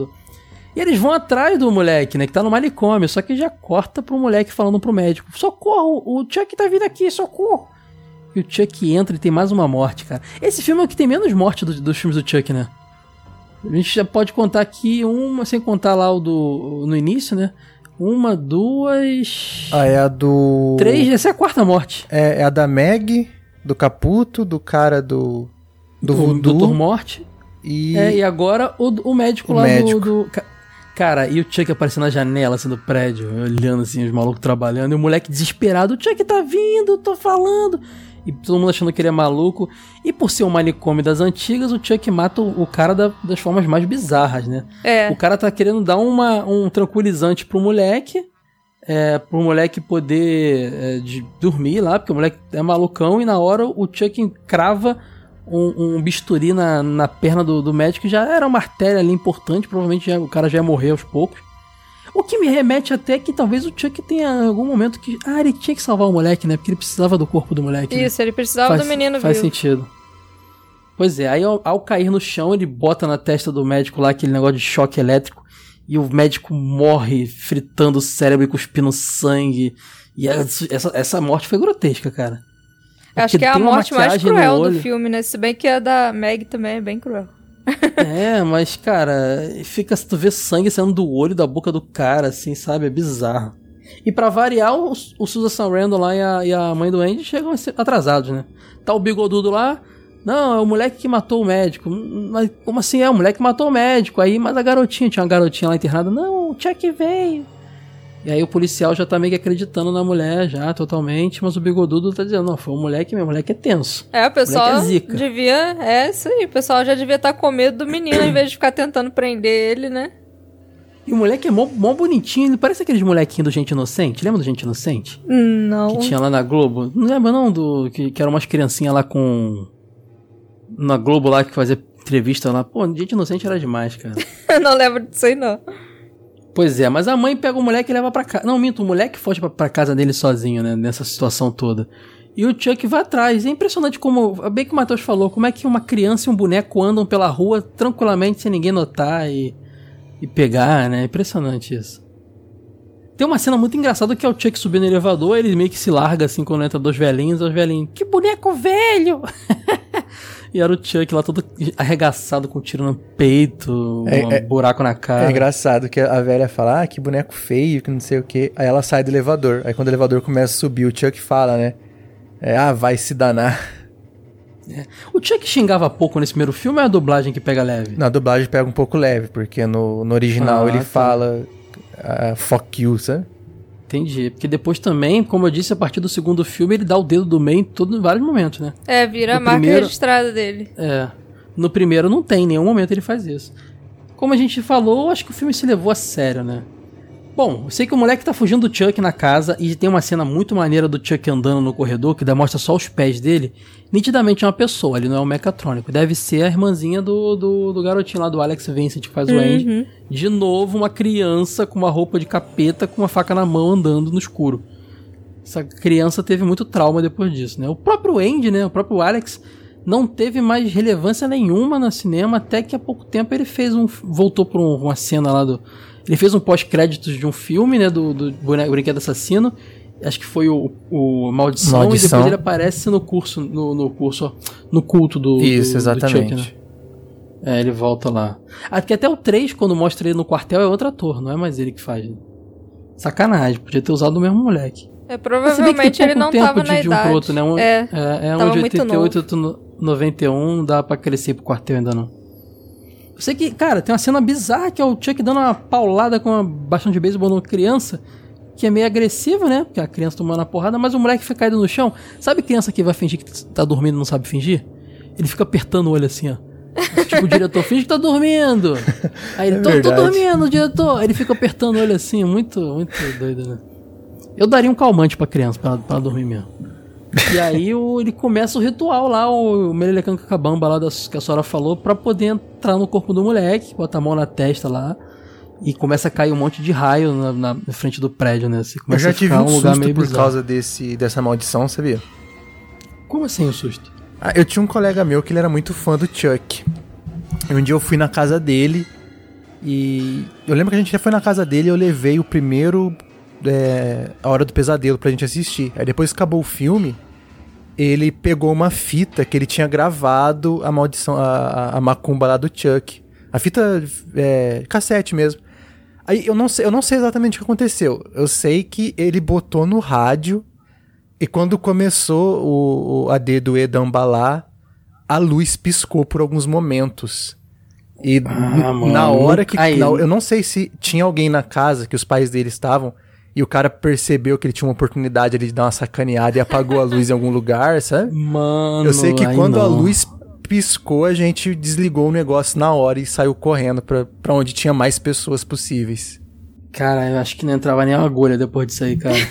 E eles vão atrás do moleque, né, que tá no manicômio, só que já corta pro moleque falando pro médico, socorro, o Chuck tá vindo aqui, socorro. E o Chuck entra e tem mais uma morte, cara. Esse filme é o que tem menos morte dos filmes do Chuck, né? A gente já pode contar aqui sem contar lá no início, né? 1, 2... é a do... 3, essa é a 4ª morte. É a da Meg, do Caputo, do cara do voodoo. Dr. Morte. E agora o médico lá do... Cara, e o Chuck aparecendo na janela, assim, do prédio, olhando, assim, os malucos trabalhando, e o moleque desesperado, o Chuck tá vindo, tô falando... E todo mundo achando que ele é maluco. E por ser um manicômio das antigas, o Chuck mata o cara das formas mais bizarras, né? O cara tá querendo dar um tranquilizante pro moleque. Pro moleque poder dormir lá, porque o moleque é malucão. E na hora o Chuck crava um bisturi na perna do médico. Já era uma artéria ali importante. Provavelmente o cara já ia morrer aos poucos. O que me remete até que talvez o Chuck tenha em algum momento que... ele tinha que salvar o moleque, né? Porque ele precisava do corpo do moleque. Isso, né? Ele precisava do menino vivo. Faz sentido. Pois é, aí ao cair no chão, ele bota na testa do médico lá aquele negócio de choque elétrico. E o médico morre fritando o cérebro e cuspindo sangue. E essa morte foi grotesca, cara. Acho que é a morte mais cruel do filme, né? Se bem que a da Meg também é bem cruel. Mas, cara, se tu vê sangue saindo do olho, da boca do cara, assim, sabe? É bizarro. E pra variar, o Susan Sarandon lá e a mãe do Andy chegam atrasados, né? Tá o bigodudo lá, não, é o moleque que matou o médico. Mas como assim? É o moleque que matou o médico. Aí, mas a garotinha, tinha uma garotinha lá internada. Não, o Chuck veio. E aí o policial já tá meio que acreditando na mulher já, totalmente, mas o bigodudo tá dizendo, não, foi o moleque mesmo, o moleque é tenso. O pessoal zica. devia... É isso aí, o pessoal já devia estar com medo do menino, em vez de ficar tentando prender ele, né? E o moleque é mó bonitinho, ele parece aqueles molequinhos do Gente Inocente, lembra do Gente Inocente? Não. Que tinha lá na Globo, não lembra não, que eram umas criancinhas lá com... Na Globo lá, que fazia entrevista lá, pô, Gente Inocente era demais, cara. Eu não lembro disso aí, não. Pois é, mas a mãe pega o moleque e leva pra casa. Não, minto, o moleque foge pra casa dele sozinho, né? Nessa situação toda. E o Chuck vai atrás. É impressionante como, bem que o Matheus falou, como é que uma criança e um boneco andam pela rua tranquilamente, sem ninguém notar e pegar, né? É impressionante isso. Tem uma cena muito engraçada que é o Chuck subindo no elevador, ele meio que se larga assim quando entra dois velhinhos, que boneco velho! E era o Chuck lá todo arregaçado com um tiro no peito, um buraco na cara. É engraçado que a velha fala, que boneco feio, que não sei o que. Aí ela sai do elevador. Aí quando o elevador começa a subir, o Chuck fala, né? Vai se danar. O Chuck xingava pouco nesse primeiro filme ou é a dublagem que pega leve? Na dublagem pega um pouco leve, porque no original ele fala fuck you, sabe? Entendi, porque depois também, como eu disse, a partir do segundo filme ele dá o dedo do meio em vários momentos, né? Vira a marca registrada dele. No primeiro não tem, em nenhum momento ele faz isso. Como a gente falou, acho que o filme se levou a sério, né? Bom, eu sei que o moleque tá fugindo do Chuck na casa e tem uma cena muito maneira do Chuck andando no corredor que mostra só os pés dele. Nitidamente é uma pessoa, ele não é um mecatrônico. Deve ser a irmãzinha do garotinho lá do Alex Vincent que faz o Andy. De novo, uma criança com uma roupa de capeta com uma faca na mão andando no escuro. Essa criança teve muito trauma depois disso, né? O próprio Andy, né? O próprio Alex não teve mais relevância nenhuma no cinema até que há pouco tempo ele voltou pra uma cena lá ele fez um pós-créditos de um filme, né, do Brinquedo Assassino, acho que foi o Maldição, e depois ele aparece no culto do Isso, exatamente. Do Chuck, né? Ele volta lá. Aqui até o 3, quando mostra ele no quartel, é outro ator, não é mais ele que faz. Sacanagem, podia ter usado o mesmo moleque. Provavelmente ele não tava na idade. Pro outro, né? Tava de muito 88 a 91, dá pra crescer pro quartel ainda não. Eu sei que, cara, tem uma cena bizarra que é o Chuck dando uma paulada com uma bastão de beisebol numa criança, que é meio agressiva, né? Porque a criança tomando a porrada, mas o moleque fica caído no chão. Sabe criança que vai fingir que tá dormindo e não sabe fingir? Ele fica apertando o olho assim, ó. Tipo, o diretor finge que tá dormindo. Aí ele, tô dormindo, diretor. Aí ele fica apertando o olho assim, muito, muito doido, né? Eu daria um calmante pra criança, pra ela dormir mesmo. E aí ele começa o ritual lá, o Melelecão Cacabamba lá que a senhora falou, pra poder entrar no corpo do moleque, bota a mão na testa lá, e começa a cair um monte de raio na frente do prédio, né? Assim, eu já tive um susto por causa dessa maldição, sabia? Como assim um susto? Eu tinha um colega meu que ele era muito fã do Chuck. E um dia eu fui na casa dele, e eu lembro que a gente já foi na casa dele e eu levei o primeiro... A Hora do Pesadelo pra gente assistir. Aí depois que acabou o filme, ele pegou uma fita que ele tinha gravado a maldição, a macumba lá do Chuck. A fita cassete mesmo. Aí eu não sei exatamente o que aconteceu. Eu sei que ele botou no rádio e quando começou a do Edambalá, a luz piscou por alguns momentos. E na hora que... eu não sei se tinha alguém na casa que os pais dele estavam e o cara percebeu que ele tinha uma oportunidade ali de dar uma sacaneada e apagou a luz em algum lugar, sabe? Mano, eu sei que quando a luz piscou, a gente desligou o negócio na hora e saiu correndo pra onde tinha mais pessoas possíveis. Cara, eu acho que não entrava nem uma agulha depois disso aí, cara.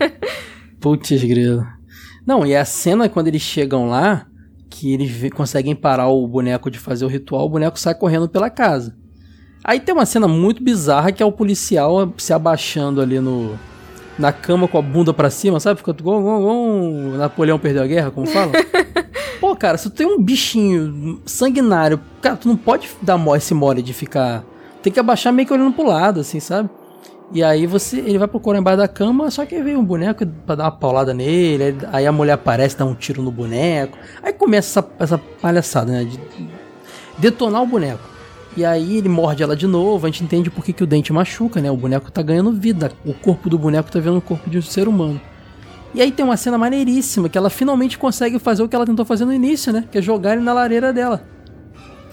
Putz grilo. Não, e a cena quando eles chegam lá, que eles conseguem parar o boneco de fazer o ritual, o boneco sai correndo pela casa. Aí tem uma cena muito bizarra que é o policial se abaixando ali na cama com a bunda pra cima, sabe? Fica igual Napoleão perdeu a guerra, como fala. Pô, cara, se tu tem um bichinho sanguinário, cara, tu não pode dar esse mole de ficar... Tem que abaixar meio que olhando pro lado, assim, sabe? E aí ele vai procurar embaixo da cama, só que veio um boneco pra dar uma paulada nele, aí a mulher aparece, dá um tiro no boneco. Aí começa essa palhaçada, né? De detonar o boneco. E aí ele morde ela de novo, a gente entende por que o dente machuca, né? O boneco tá ganhando vida, o corpo do boneco tá vendo o corpo de um ser humano. E aí tem uma cena maneiríssima, que ela finalmente consegue fazer o que ela tentou fazer no início, né? Que é jogar ele na lareira dela.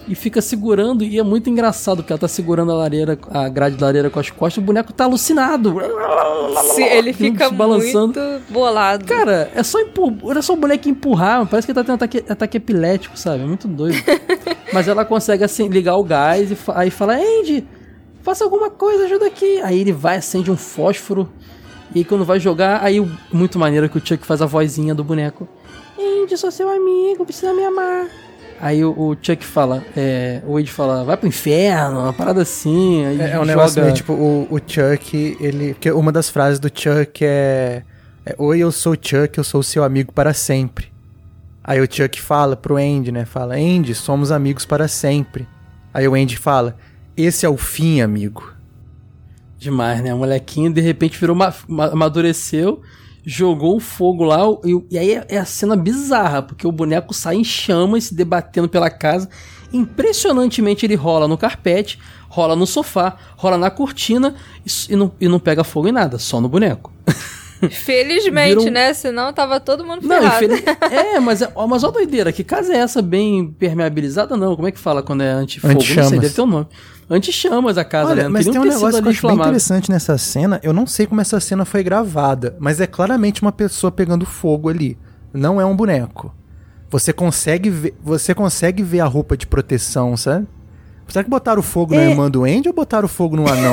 e fica segurando, e é muito engraçado, porque ela tá segurando a grade da lareira com as costas, o boneco tá alucinado. Sim, ele fica balançando. muito bolado. Cara, é só o boneco empurrar, parece que ele tá tendo ataque epilético, sabe? É muito doido. Mas ela consegue assim, ligar o gás e aí fala, Andy, faça alguma coisa, ajuda aqui. Aí ele vai, acende um fósforo, e aí quando vai jogar, aí muito maneiro que o Chuck faz a vozinha do boneco. Andy, sou seu amigo, precisa me amar. Aí o Chuck fala, o Wade fala, vai pro inferno, uma parada assim. Aí um negócio meio tipo, o Chuck, ele... Porque uma das frases do Chuck oi, eu sou o Chuck, eu sou o seu amigo para sempre. Aí o Chuck fala pro Andy, né? Fala, Andy, somos amigos para sempre. Aí o Andy fala, esse é o fim, amigo. Demais, né? O molequinho, de repente, amadureceu, jogou o fogo lá, e aí é a cena bizarra, porque o boneco sai em chamas, se debatendo pela casa. Impressionantemente ele rola no carpete, rola no sofá, rola na cortina, e não pega fogo em nada, só no boneco. Felizmente, né? Senão tava todo mundo ferrado. Mas olha a doideira, que casa é essa bem permeabilizada? Não, como é que fala quando é antifogo? Anti-chamas. Não sei, deve ter um nome. Anti-chamas a casa, olha, né? Mas tem um negócio que eu acho bem inflamável. interessante nessa cena. Eu não sei como essa cena foi gravada, mas é claramente uma pessoa pegando fogo ali. Não é um boneco. Você consegue ver a roupa de proteção, sabe? Será que botaram fogo na irmã do Andy ou botaram fogo no anão?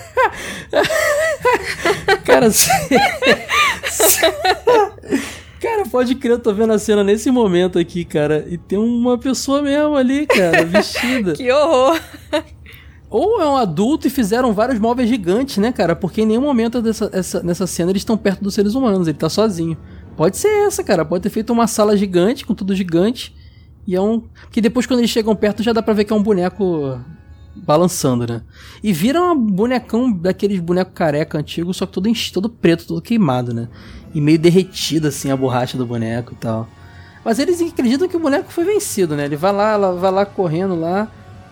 Cara, cara, pode crer, eu tô vendo a cena nesse momento aqui, cara, e tem uma pessoa mesmo ali, cara, vestida. Que horror! Ou é um adulto e fizeram vários móveis gigantes, né, cara? Porque em nenhum momento nessa cena eles estão perto dos seres humanos, ele tá sozinho. Pode ser essa, cara, pode ter feito uma sala gigante, com tudo gigante, e que depois quando eles chegam perto já dá pra ver que é um boneco balançando, né? E vira um bonecão daqueles bonecos careca antigos, só que todo preto, todo queimado, né? E meio derretido, assim, a borracha do boneco e tal. Mas eles acreditam que o boneco foi vencido, né? Ele vai lá correndo lá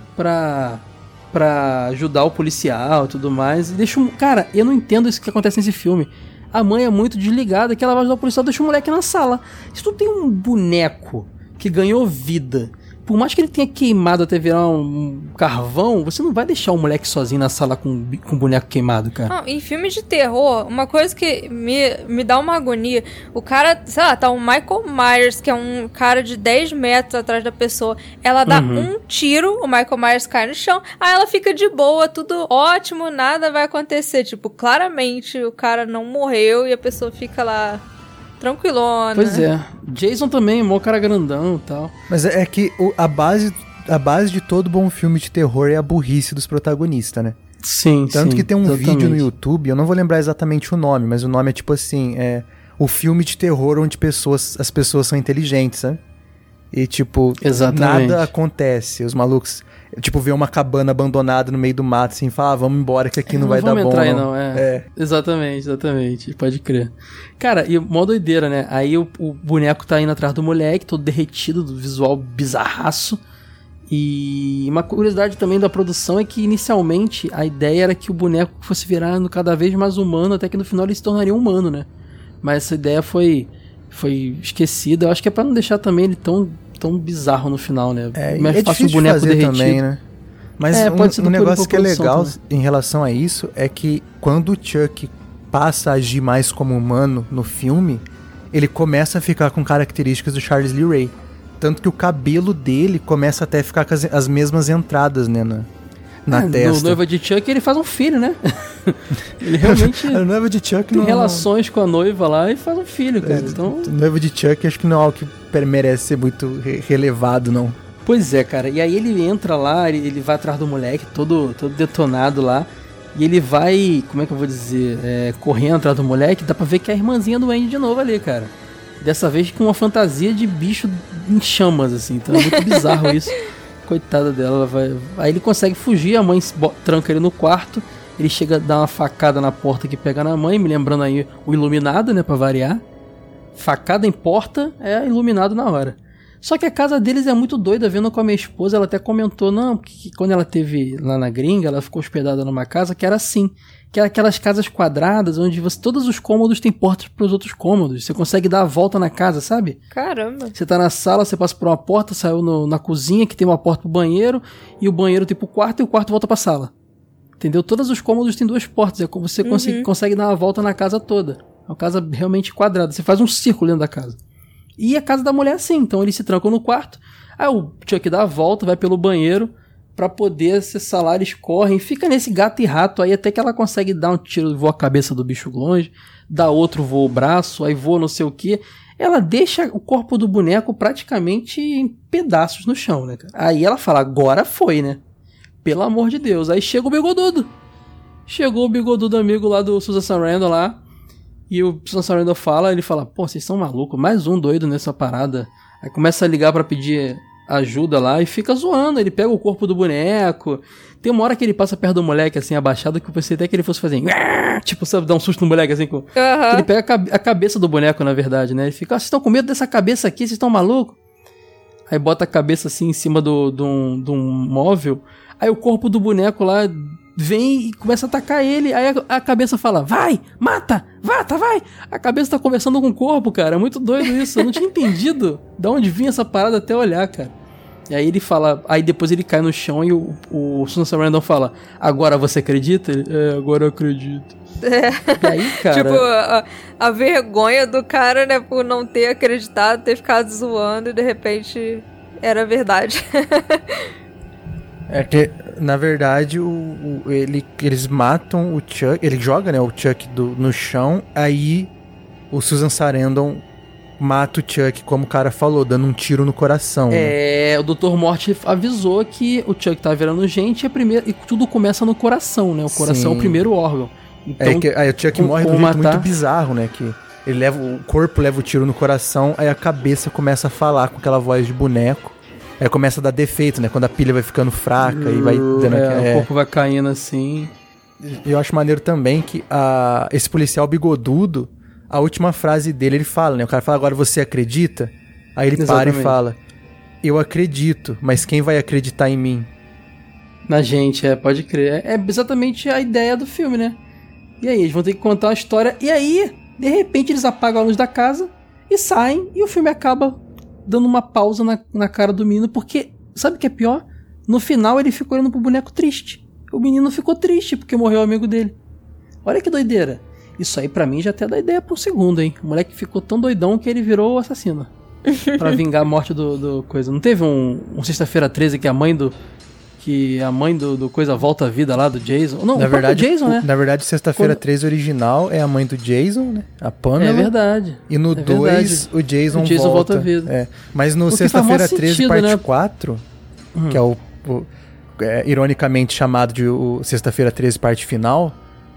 pra ajudar o policial e tudo mais. E deixa Cara, eu não entendo isso que acontece nesse filme. A mãe é muito desligada, que ela vai ajudar o policial, deixa o moleque na sala. Se tu tem um boneco que ganhou vida, por mais que ele tenha queimado até virar um carvão, você não vai deixar o moleque sozinho na sala com o boneco queimado, cara. Não, em filmes de terror, uma coisa que me dá uma agonia, o cara, sei lá, tá o Michael Myers, que é um cara de 10 metros atrás da pessoa, ela dá um tiro, o Michael Myers cai no chão, aí ela fica de boa, tudo ótimo, nada vai acontecer, tipo, claramente o cara não morreu e a pessoa fica lá tranquilona. Pois é. Jason também, mó cara grandão e tal. Mas é que a base de todo bom filme de terror é a burrice dos protagonistas, né? Sim, Tanto que tem um exatamente. vídeo no YouTube, eu não vou lembrar exatamente o nome, mas o nome é tipo assim, o filme de terror onde as pessoas são inteligentes, sabe? E tipo, exatamente. Nada acontece, os malucos, tipo, vê uma cabana abandonada no meio do mato, assim, fala, vamos embora que aqui não vai dar bom. Entrar aí, não. Exatamente, pode crer. Cara, e mó doideira, né? Aí o boneco tá indo atrás do moleque, todo derretido, do visual bizarraço. E uma curiosidade também da produção é que inicialmente a ideia era que o boneco fosse virando cada vez mais humano, até que no final ele se tornaria humano, né? Mas essa ideia foi esquecida. Eu acho que é pra não deixar também ele tão bizarro no final, né? Mas é difícil de fazer derretido também, né? Mas um negócio que é legal também em relação a isso é que quando o Chuck passa a agir mais como humano no filme, ele começa a ficar com características do Charles Lee Ray. Tanto que o cabelo dele começa até a ficar com as mesmas entradas, né, na testa. No Noiva de Chuck ele faz um filho, né? Ele realmente a Noiva de Chuck tem relações com a noiva lá e faz um filho, cara. Então... Noiva de Chuck acho que não é algo que merece ser muito relevado, não. Pois é, cara. E aí ele entra lá, ele vai atrás do moleque, todo detonado lá. E ele vai, como é que eu vou dizer, correndo atrás do moleque. Dá pra ver que é a irmãzinha do Andy de novo ali, cara. Dessa vez com uma fantasia de bicho em chamas, assim. Então é muito bizarro isso. Coitada dela, aí ele consegue fugir, a mãe tranca ele no quarto. Ele chega a dar uma facada na porta que pega na mãe, me lembrando aí o Iluminado, né, pra variar. Facada em porta é Iluminado na hora. Só que a casa deles é muito doida, vendo com a minha esposa, ela até comentou, não, que quando ela teve lá na gringa, ela ficou hospedada numa casa que era assim, que era aquelas casas quadradas, onde todos os cômodos têm portas para os outros cômodos, você consegue dar a volta na casa, sabe? Caramba. Você tá na sala, você passa por uma porta, saiu na cozinha, que tem uma porta pro banheiro, e o banheiro tem pro quarto, e o quarto volta pra sala. Entendeu? Todos os cômodos têm 2 portas, é como você consegue dar uma volta na casa toda. É uma casa realmente quadrada, você faz um círculo dentro da casa. E a casa da mulher é assim, então eles se trancam no quarto, aí o Chuck dá a volta, vai pelo banheiro pra poder acessar lá, eles correm, fica nesse gato e rato aí até que ela consegue dar um tiro, voa a cabeça do bicho longe, dá outro, voa o braço, aí voa não sei o que, ela deixa o corpo do boneco praticamente em pedaços no chão, né, cara? Aí ela fala, agora foi, né? Pelo amor de Deus, aí chega o Bigodudo. Chegou o Bigodudo amigo lá do Susan Sarandon lá. E o Susan Sarandon fala, ele fala, pô, vocês são malucos, mais um doido nessa parada. Aí começa a ligar pra pedir ajuda lá e fica zoando, ele pega o corpo do boneco. Tem uma hora que ele passa perto do moleque, assim, abaixado, que eu pensei até que ele fosse fazer, tipo, sabe, dar um susto no moleque, assim. Ele pega a cabeça do boneco, na verdade, né? Ele fica, vocês estão com medo dessa cabeça aqui, vocês estão malucos? Aí bota a cabeça, assim, em cima de um móvel, aí o corpo do boneco lá vem e começa a atacar ele. Aí a cabeça fala, vai, mata, vai. A cabeça tá conversando com o corpo, cara. É muito doido isso. Eu não tinha entendido de onde vinha essa parada até olhar, cara. E aí ele fala, aí depois ele cai no chão e o Susan Sarandon fala, agora você acredita? Ele, agora eu acredito. E aí, cara... Tipo, a vergonha do cara, né, por não ter acreditado, ter ficado zoando e de repente era verdade. É que, na verdade, eles matam o Chuck, ele joga, né, o Chuck no chão, aí o Susan Sarandon mata o Chuck, como o cara falou, dando um tiro no coração. Né? O Dr. Morty avisou que o Chuck tá virando gente e tudo começa no coração, né? O coração é o primeiro órgão. Então, aí o Chuck morre de um jeito muito bizarro, né? Que ele o corpo leva o tiro no coração, aí a cabeça começa a falar com aquela voz de boneco. Aí começa a dar defeito, né? Quando a pilha vai ficando fraca e vai dando... O corpo vai caindo assim. Eu acho maneiro também que esse policial bigodudo, a última frase dele, ele fala, né? O cara fala, agora você acredita? Aí ele para e fala, eu acredito, mas quem vai acreditar em mim? Na gente, pode crer. É exatamente a ideia do filme, né? E aí, eles vão ter que contar uma história. E aí, de repente, eles apagam a luz da casa e saem. E o filme acaba dando uma pausa na cara do menino. Porque, sabe o que é pior? No final, ele ficou olhando pro boneco triste. O menino ficou triste porque morreu o amigo dele. Olha que doideira. Isso aí, pra mim, já até dá ideia pro segundo, hein? O moleque ficou tão doidão que ele virou o assassino. Pra vingar a morte do coisa. Não teve um Sexta-feira 13 que a mãe do coisa volta à vida lá, do Jason? Não, na verdade, Jason, né? Na verdade, Sexta-feira 13 original é a mãe do Jason, né? A Pamela. É verdade. E no 2, o Jason volta à vida. Mas no Sexta-feira 13, parte 4, que é ironicamente chamado de Sexta-feira 13, parte final,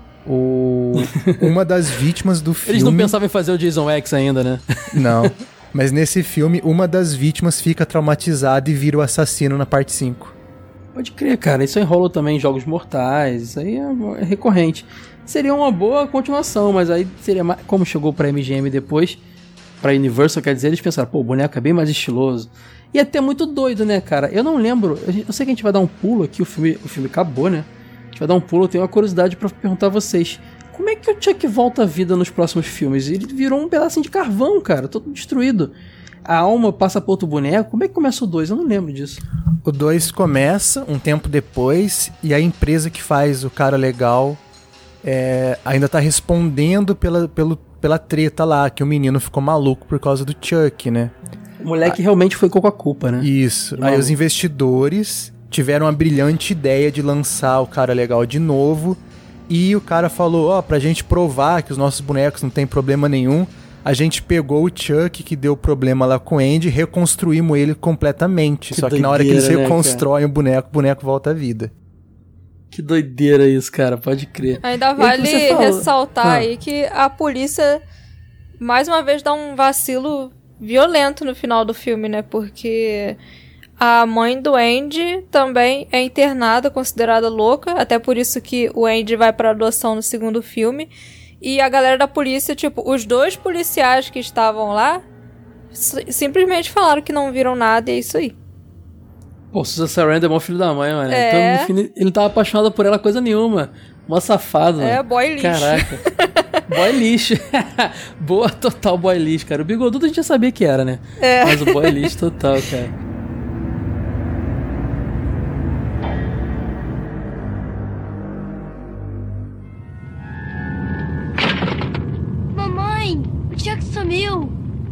uma das vítimas do filme... Eles não pensavam em fazer o Jason X ainda, né? Não. Mas nesse filme, uma das vítimas fica traumatizada e vira o assassino na parte 5. Pode crer, cara. Isso enrola também em Jogos Mortais. Isso aí é recorrente. Seria uma boa continuação, mas aí seria mais... Como chegou pra MGM depois, pra Universal, quer dizer, eles pensaram, pô, o boneco é bem mais estiloso. E até muito doido, né, cara? Eu não lembro... Eu sei que a gente vai dar um pulo aqui, o filme acabou, né? A gente vai dar um pulo, eu tenho uma curiosidade pra perguntar a vocês. Como é que o Chuck volta à vida nos próximos filmes? Ele virou um pedacinho de carvão, cara, todo destruído. A alma passa para outro boneco. Como é que começa o 2? Eu não lembro disso. O 2 começa um tempo depois e a empresa que faz o cara legal ainda tá respondendo pela treta lá, que o menino ficou maluco por causa do Chuck, né? O moleque realmente ficou com a culpa, né? Isso. Aí os investidores tiveram a brilhante ideia de lançar o cara legal de novo e o cara falou, pra gente provar que os nossos bonecos não tem problema nenhum, a gente pegou o Chuck, que deu problema lá com o Andy, e reconstruímos ele completamente. Só que na hora que eles reconstroem o boneco volta à vida. Que doideira isso, cara. Pode crer. Ainda vale ressaltar aí que a polícia, mais uma vez, dá um vacilo violento no final do filme, né? Porque a mãe do Andy também é internada, considerada louca. Até por isso que o Andy vai pra adoção no segundo filme. E a galera da polícia, tipo, os 2 policiais que estavam lá simplesmente falaram que não viram nada e é isso aí. Pô, o Susan Sarandon é mó filho da mãe, mano. É. Então, no fim, ele não tava apaixonado por ela coisa nenhuma. Mó safado, mano. É, boy lixo. Caraca. Boy lixo. Boa, total boy lixo, cara. O bigodudo a gente já sabia que era, né? É. Mas o boy lixo total, cara. Mamãe, o Chuck sumiu.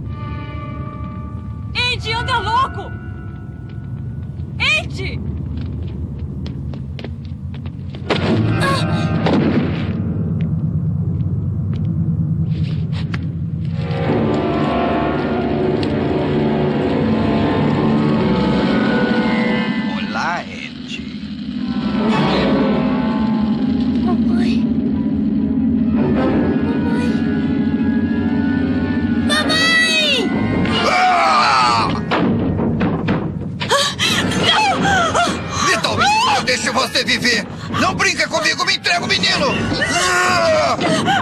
Andy, anda louco! Andy! Olá, Andy. Mamãe. Mamãe! Ah! Little, menino, eu deixo você viver. Não brinca comigo, me entrega o menino. Ah!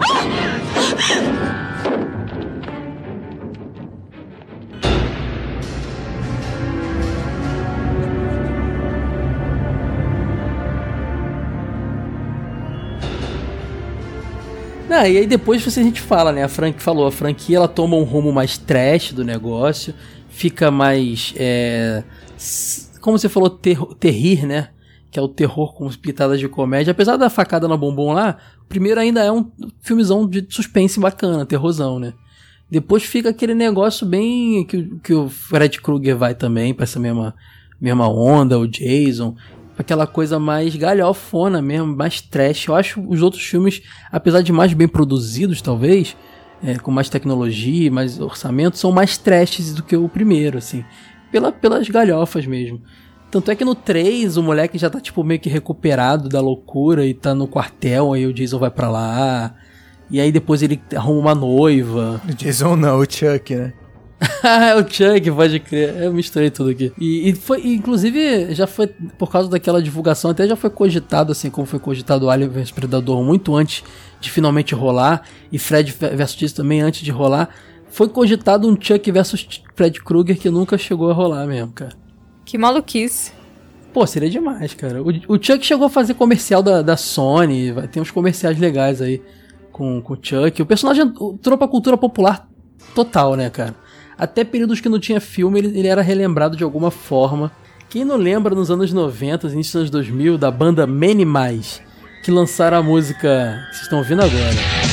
Não, e aí depois a gente fala, né? A franquia ela toma um rumo mais trash do negócio, fica mais, como você falou, terrir, né? Que é o terror com pitadas de comédia. Apesar da facada no bumbum lá, o primeiro ainda é um filmezão de suspense bacana, terrorzão, né? Depois fica aquele negócio bem que o Fred Krueger vai também, pra essa mesma onda, o Jason, aquela coisa mais galhofona mesmo, mais trash. Eu acho os outros filmes, apesar de mais bem produzidos, talvez, com mais tecnologia, mais orçamento, são mais trashes do que o primeiro, assim, pelas galhofas mesmo. Tanto é que no 3 o moleque já tá tipo meio que recuperado da loucura e tá no quartel, aí o Jason vai pra lá, e aí depois ele arruma uma noiva. O Jason não, o Chuck, né? O Chuck, pode crer. Eu misturei tudo aqui. E foi, inclusive, já foi, por causa daquela divulgação, até já foi cogitado, assim como foi cogitado o Alien vs Predador muito antes de finalmente rolar, e Fred vs Jason também antes de rolar, foi cogitado um Chuck vs Fred Krueger que nunca chegou a rolar mesmo, cara. Que maluquice. Pô, seria demais, cara. O Chuck chegou a fazer comercial da Sony, tem uns comerciais legais aí com o Chuck. O personagem entrou pra cultura popular total, né, cara? Até períodos que não tinha filme, ele era relembrado de alguma forma. Quem não lembra nos anos 90, início dos anos 2000, da banda Many Mais, que lançaram a música que vocês estão ouvindo agora?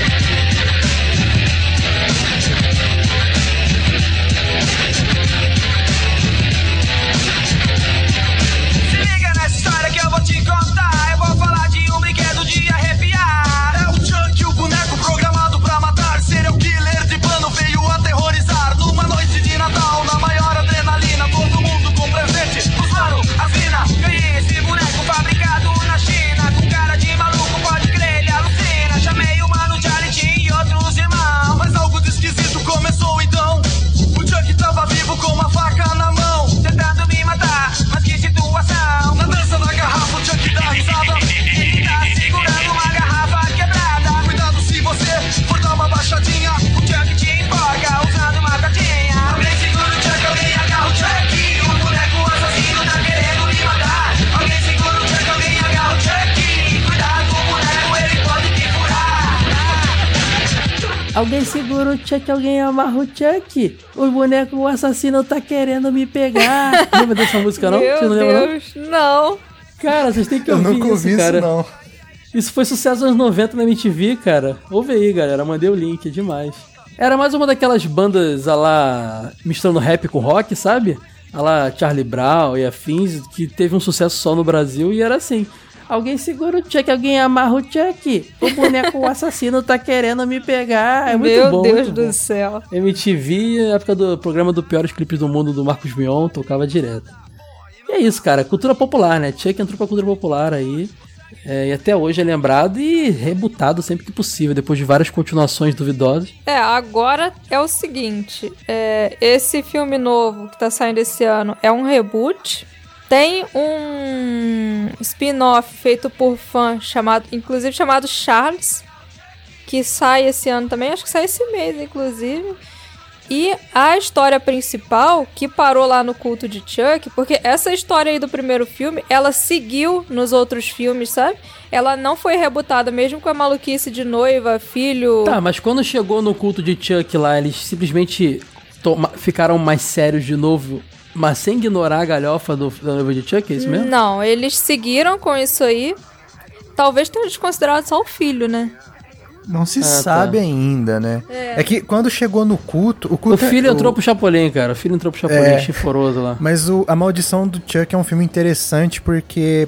Alguém segura o Chuck, alguém amarra o Chuck. O boneco, o assassino tá querendo me pegar. Lembra dessa música, não? Meu Você não lembra, Deus, não. Cara, vocês têm que Eu ouvir nunca ouvi isso, cara. isso, não. Isso foi sucesso nos anos 90 na MTV, cara. Ouve aí, galera. Mandei o link, é demais. Era mais uma daquelas bandas a lá misturando rap com rock, sabe? A lá Charlie Brown e afins, que teve um sucesso só no Brasil e era assim. Alguém segura o Chuck, alguém amarra o Chuck. O boneco, o assassino tá querendo me pegar. É muito Meu bom. Deus muito do bom. céu. MTV, na época do programa do Piores Clipes do Mundo do Marcos Mion, tocava direto. E é isso, cara. Cultura popular, né? Chuck entrou pra cultura popular aí. E até hoje é lembrado e rebutado sempre que possível, depois de várias continuações duvidosas. Agora é o seguinte. Esse filme novo que tá saindo esse ano é um reboot. Tem um spin-off feito por fã, inclusive chamado Charles, que sai esse ano também, acho que sai esse mês, inclusive. E a história principal, que parou lá no culto de Chuck, porque essa história aí do primeiro filme, ela seguiu nos outros filmes, sabe? Ela não foi rebutada, mesmo com a maluquice de noiva, filho... Tá, mas quando chegou no culto de Chuck lá, eles simplesmente ficaram mais sérios de novo, mas sem ignorar a galhofa da noiva de Chuck, é isso mesmo? Não, eles seguiram com isso aí. Talvez tenham desconsiderado só o filho, né? Não se sabe ainda, né? É que quando chegou no culto... O filho entrou pro Chapolin, cara. O filho entrou pro Chapolin chiforoso lá. Mas A Maldição do Chuck é um filme interessante porque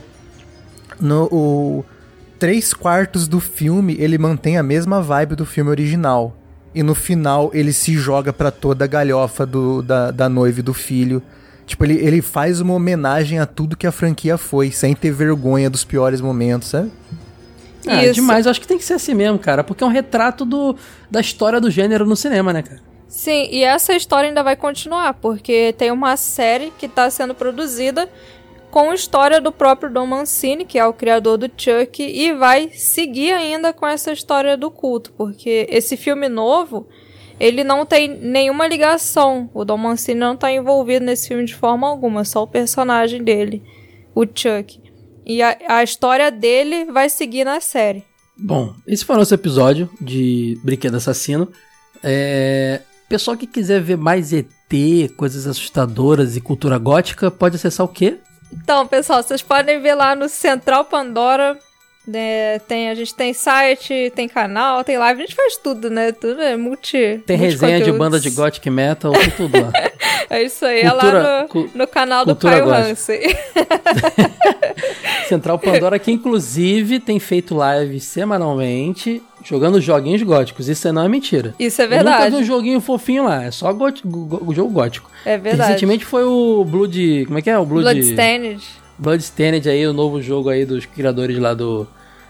3/4 do filme ele mantém a mesma vibe do filme original. E no final ele se joga pra toda a galhofa da noiva e do filho. Tipo, ele faz uma homenagem a tudo que a franquia foi, sem ter vergonha dos piores momentos, sabe? É demais, eu acho que tem que ser assim mesmo, cara, porque é um retrato da história do gênero no cinema, né, cara? Sim, e essa história ainda vai continuar, porque tem uma série que tá sendo produzida com a história do próprio Don Mancini, que é o criador do Chuck, e vai seguir ainda com essa história do culto, porque esse filme novo, ele não tem nenhuma ligação, o Don Mancini não tá envolvido nesse filme de forma alguma, só o personagem dele, o Chuck. E a história dele vai seguir na série. Bom, esse foi o nosso episódio de Brinquedo Assassino. Pessoal que quiser ver mais ET, coisas assustadoras e cultura gótica, pode acessar o quê? Então, pessoal, vocês podem ver lá no Central Pandora. A gente tem site, tem canal, tem live, a gente faz tudo, né? Tudo é Tem resenha de banda de gothic metal, tem tudo lá. É isso aí, é lá no canal do Caio Hansen. Central Pandora, que inclusive tem feito live semanalmente, jogando joguinhos góticos. Isso não é mentira. Isso é verdade. Eu nunca vi um joguinho fofinho lá, é só o jogo gótico. É verdade. Recentemente foi o Blood... Como é que é? O Bloodstained. Bloodstained aí, o novo jogo aí dos criadores lá do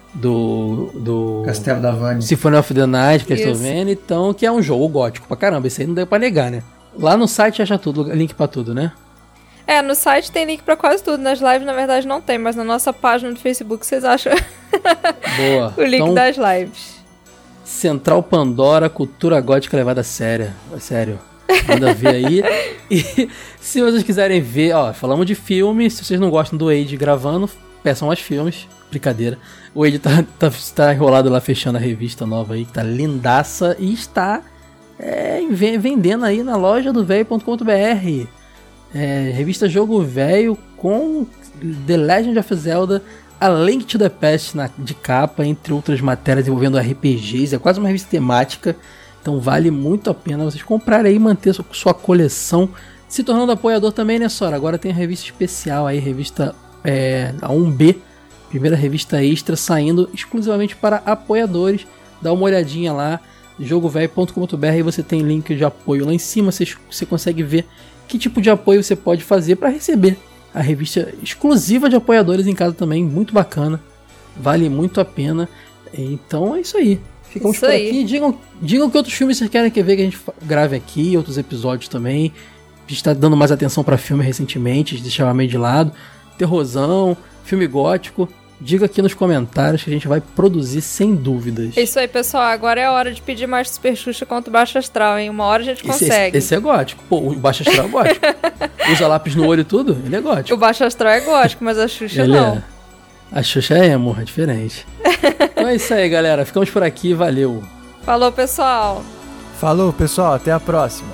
Castelo da Vanne. Symphony of the Night, Castlevania, então, que é um jogo gótico pra caramba. Isso aí não deu pra negar, né? Lá no site acha tudo, link pra tudo, né? No site tem link pra quase tudo. Nas lives, na verdade, não tem, mas na nossa página do Facebook vocês acham Boa. o link então, das lives. Central Pandora, cultura gótica levada a sério. Sério. Manda ver aí. E se vocês quiserem ver, falamos de filme. Se vocês não gostam do Wade gravando, peçam mais filmes. Brincadeira. O Wade tá enrolado lá fechando a revista nova aí, que tá lindaça. E está vendendo aí na loja do velho.com.br. Revista Jogo Velho com The Legend of Zelda, A Link to the Past de capa, entre outras matérias envolvendo RPGs. É quase uma revista temática. Então vale muito a pena vocês comprarem aí e manter sua coleção. Se tornando apoiador também, né, Sora? Agora tem a revista especial aí, revista a 1B. Primeira revista extra saindo exclusivamente para apoiadores. Dá uma olhadinha lá, jogovelho.com.br, e você tem link de apoio lá em cima. Você consegue ver que tipo de apoio você pode fazer para receber a revista exclusiva de apoiadores em casa também. Muito bacana, vale muito a pena. Então é isso aí. Ficamos por aqui. Digam que outros filmes vocês querem ver que a gente grave aqui, outros episódios também. A gente tá dando mais atenção pra filme recentemente, a gente deixava meio de lado. Terrorzão, filme gótico. Diga aqui nos comentários que a gente vai produzir sem dúvidas. É isso aí, pessoal. Agora é a hora de pedir mais Super Xuxa contra o Baixo Astral, hein? Uma hora a gente consegue. Esse é gótico. Pô, o Baixo Astral é gótico. Usa lápis no olho e tudo, ele é gótico. O Baixo Astral é gótico, mas a Xuxa não. A Xuxa é emo, é diferente. Então é isso aí, galera. Ficamos por aqui. Valeu. Falou, pessoal. Falou, pessoal. Até a próxima.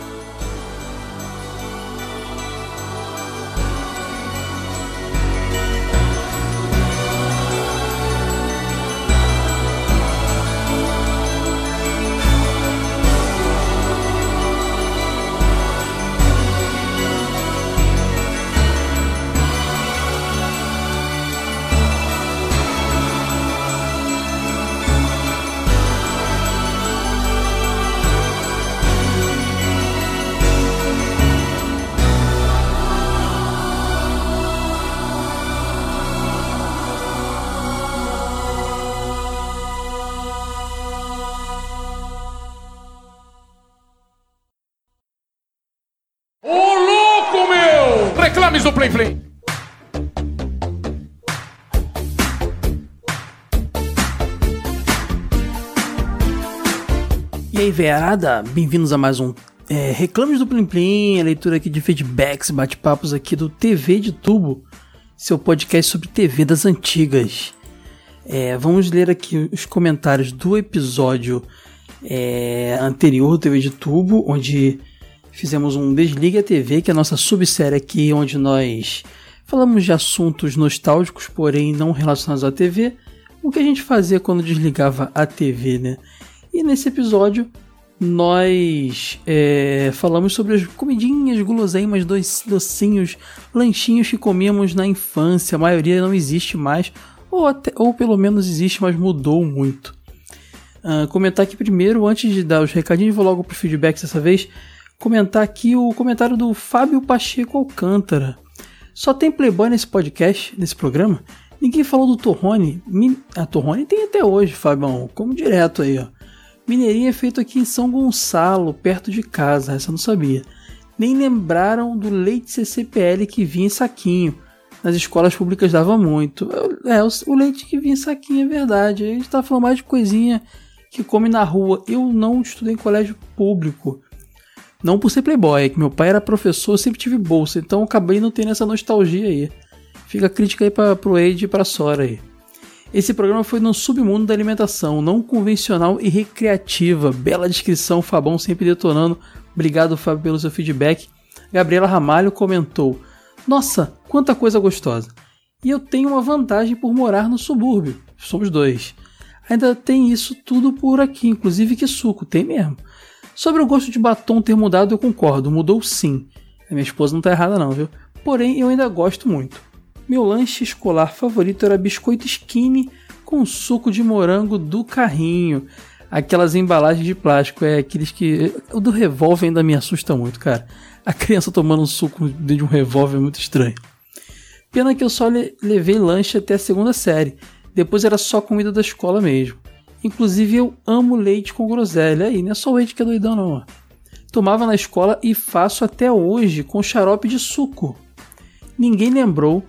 Reclames do Play Play. E aí, veiarada, bem-vindos a mais um Reclames do Plim Plim, a leitura aqui de feedbacks, bate-papos aqui do TV de Tubo, seu podcast sobre TV das antigas. Vamos ler aqui os comentários do episódio anterior do TV de Tubo, onde fizemos um Desliga a TV, que é a nossa subsérie aqui, onde nós falamos de assuntos nostálgicos, porém não relacionados à TV, o que a gente fazia quando desligava a TV, né? E nesse episódio nós falamos sobre as comidinhas, guloseimas, docinhos, lanchinhos que comíamos na infância. A maioria não existe mais, ou pelo menos existe, mas mudou muito. Comentar aqui primeiro, antes de dar os recadinhos, vou logo para os feedbacks dessa vez, comentar aqui o comentário do Fábio Pacheco Alcântara. Só tem Playboy nesse podcast, nesse programa? Ninguém falou do Torrone. A Torrone tem até hoje, Fabião, como direto aí, ó. Mineirinho é feito aqui em São Gonçalo, perto de casa, essa eu não sabia. Nem lembraram do leite CCPL que vinha em saquinho. Nas escolas públicas dava muito. O leite que vinha em saquinho é verdade. A gente tá falando mais de coisinha que come na rua. Eu não estudei em colégio público. Não por ser playboy, é que meu pai era professor, eu sempre tive bolsa. Então eu acabei não tendo essa nostalgia aí. Fica a crítica aí pro Eide e pra Sora aí. Esse programa foi no submundo da alimentação, não convencional e recreativa. Bela descrição, Fabão sempre detonando. Obrigado, Fábio, pelo seu feedback. Gabriela Ramalho comentou: nossa, quanta coisa gostosa. E eu tenho uma vantagem por morar no subúrbio. Somos dois. Ainda tem isso tudo por aqui, inclusive que suco, tem mesmo. Sobre o gosto de batom ter mudado, eu concordo, mudou sim. A minha esposa não tá errada não, viu? Porém, eu ainda gosto muito. Meu lanche escolar favorito era biscoito skinny com suco de morango do carrinho. Aquelas embalagens de plástico, aqueles que... O do revólver ainda me assusta muito, cara. A criança tomando um suco de um revólver é muito estranho. Pena que eu só levei lanche até a 2ª série. Depois era só comida da escola mesmo. Inclusive eu amo leite com groselha. Aí, não é só o leite que é doidão não, ó. Tomava na escola e faço até hoje com xarope de suco. Ninguém lembrou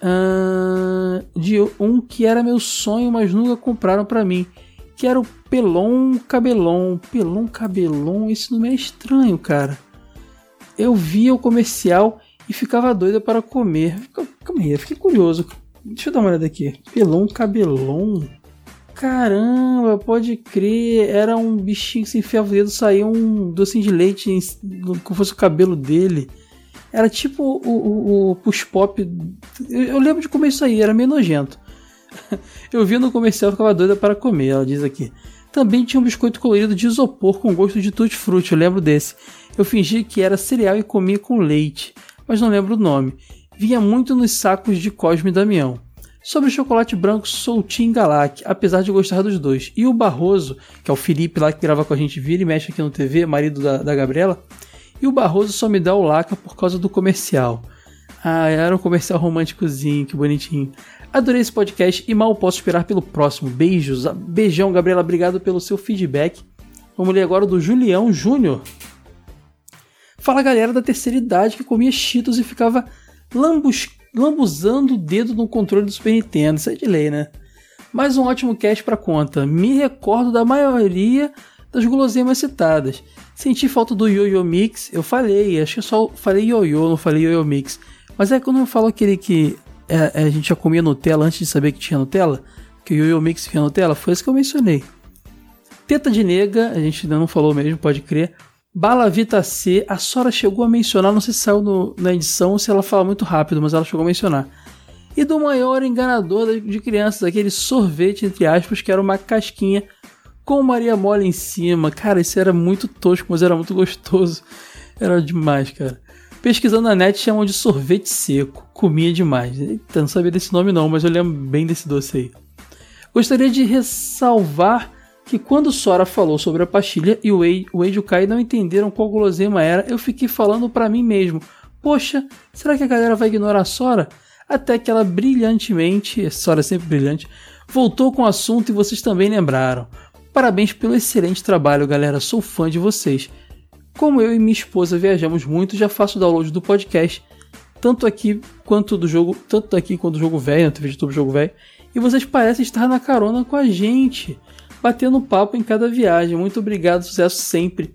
de um que era meu sonho, mas nunca compraram pra mim, que era o Pelon Cabelon. Pelon Cabelon, esse nome é estranho, cara. Eu via o comercial e ficava doida para comer. Calma aí, eu fiquei curioso. Deixa eu dar uma olhada aqui. Pelon Cabelon. Caramba, pode crer. Era um bichinho que se enfiava o dedo, saía um docinho de leite como fosse o cabelo dele. Era tipo o Push Pop. Eu lembro de comer isso aí, era meio nojento. Eu via no comercial e ficava doida para comer, ela diz aqui. Também tinha um biscoito colorido de isopor com gosto de tutti-frutti, eu lembro desse. Eu fingi que era cereal e comia com leite, mas não lembro o nome. Vinha muito nos sacos de Cosme e Damião. Sobre o chocolate branco, sou Team Galac, apesar de gostar dos dois. E o Barroso, que é o Felipe lá que grava com a gente, vira e mexe aqui no TV, marido da Gabriela. E o Barroso só me dá o laca por causa do comercial. Era um comercial românticozinho, que bonitinho. Adorei esse podcast e mal posso esperar pelo próximo. Beijos. Beijão, Gabriela. Obrigado pelo seu feedback. Vamos ler agora do Julião Júnior. Fala, galera da terceira idade que comia Cheetos e ficava lambuzando o dedo no controle do Super Nintendo. Isso é de lei, né? Mais um ótimo cast pra conta. Me recordo da maioria das guloseimas citadas. Senti falta do Yo-Yo Mix, eu falei, acho que eu só falei Yo-Yo, não falei Yo-Yo Mix. Mas quando eu falo aquele que a gente já comia Nutella antes de saber que tinha Nutella, que o Yo-Yo Mix tinha Nutella, foi isso que eu mencionei. Teta de nega, a gente ainda não falou mesmo, pode crer. Bala Vita C, a Sora chegou a mencionar, não sei se saiu na edição ou se ela fala muito rápido, mas ela chegou a mencionar. E do maior enganador de crianças, aquele sorvete, entre aspas, que era uma casquinha com Maria Mole em cima. Cara, isso era muito tosco, mas era muito gostoso. Era demais, cara. Pesquisando na net, chamam de sorvete seco. Comia demais. Eita, não sabia desse nome não, mas eu lembro bem desse doce aí. Gostaria de ressalvar que quando Sora falou sobre a pastilha e o Wade e o Kai não entenderam qual guloseima era, eu fiquei falando pra mim mesmo. Poxa, será que a galera vai ignorar a Sora? Até que ela brilhantemente, a Sora é sempre brilhante, voltou com o assunto e vocês também lembraram. Parabéns pelo excelente trabalho, galera. Sou fã de vocês. Como eu e minha esposa viajamos muito, já faço download do podcast, tanto aqui quanto do jogo velho, na TV de YouTube Jogo Velho. E vocês parecem estar na carona com a gente, batendo papo em cada viagem. Muito obrigado, sucesso sempre.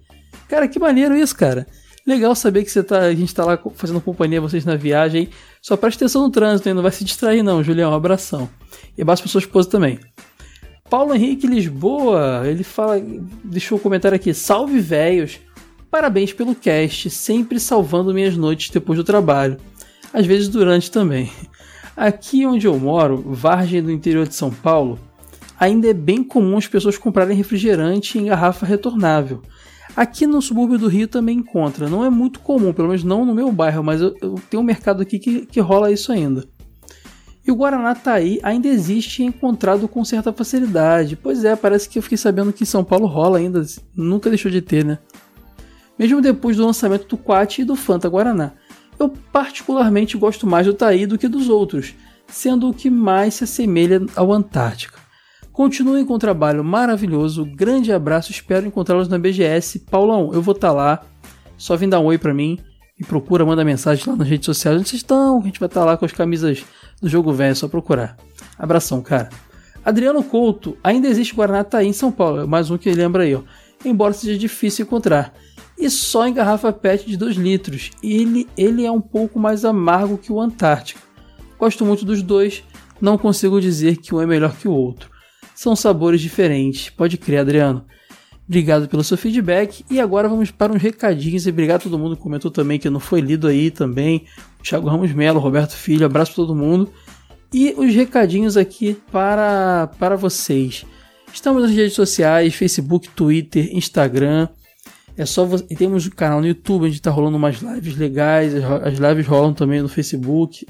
Cara, que maneiro isso, cara. Legal saber que a gente tá lá fazendo companhia a vocês na viagem. Só preste atenção no trânsito, hein? Não vai se distrair não, Julião. Um abração. E abraço pra sua esposa também. Paulo Henrique Lisboa, ele fala, deixou um comentário aqui. Salve, véios. Parabéns pelo cast, sempre salvando minhas noites depois do trabalho. Às vezes durante também. Aqui onde eu moro, Vargem do interior de São Paulo, ainda é bem comum as pessoas comprarem refrigerante em garrafa retornável. Aqui no subúrbio do Rio também encontra. Não é muito comum, pelo menos não no meu bairro, mas eu tenho um mercado aqui que rola isso ainda. E o Guaraná Taí ainda existe e é encontrado com certa facilidade. Pois é, parece que eu fiquei sabendo que em São Paulo rola ainda, nunca deixou de ter, né? Mesmo depois do lançamento do Quat e do Fanta Guaraná. Eu particularmente gosto mais do Taí do que dos outros, sendo o que mais se assemelha ao Antártica. Continuem com o trabalho maravilhoso, grande abraço, espero encontrá-los na BGS. Paulão, eu vou estar lá, só vem dar um oi pra mim, me procura, manda mensagem lá nas redes sociais, onde vocês estão, a gente vai estar lá com as camisas do Jogo Velho, é só procurar. Abração, cara. Adriano Couto, ainda existe Guaraná Taí em São Paulo, mais um que lembra aí, ó. Embora seja difícil encontrar. E só em garrafa PET de 2 litros. Ele é um pouco mais amargo que o Antártica. Gosto muito dos dois, não consigo dizer que um é melhor que o outro. São sabores diferentes, pode crer, Adriano. Obrigado pelo seu feedback. E agora vamos para uns recadinhos. E obrigado a todo mundo que comentou também, que não foi lido aí também. Thiago Ramos Melo, Roberto Filho, abraço para todo mundo. E os recadinhos aqui para vocês. Estamos nas redes sociais, Facebook, Twitter, Instagram. Temos um canal no YouTube, onde está rolando umas lives legais. As lives rolam também no Facebook.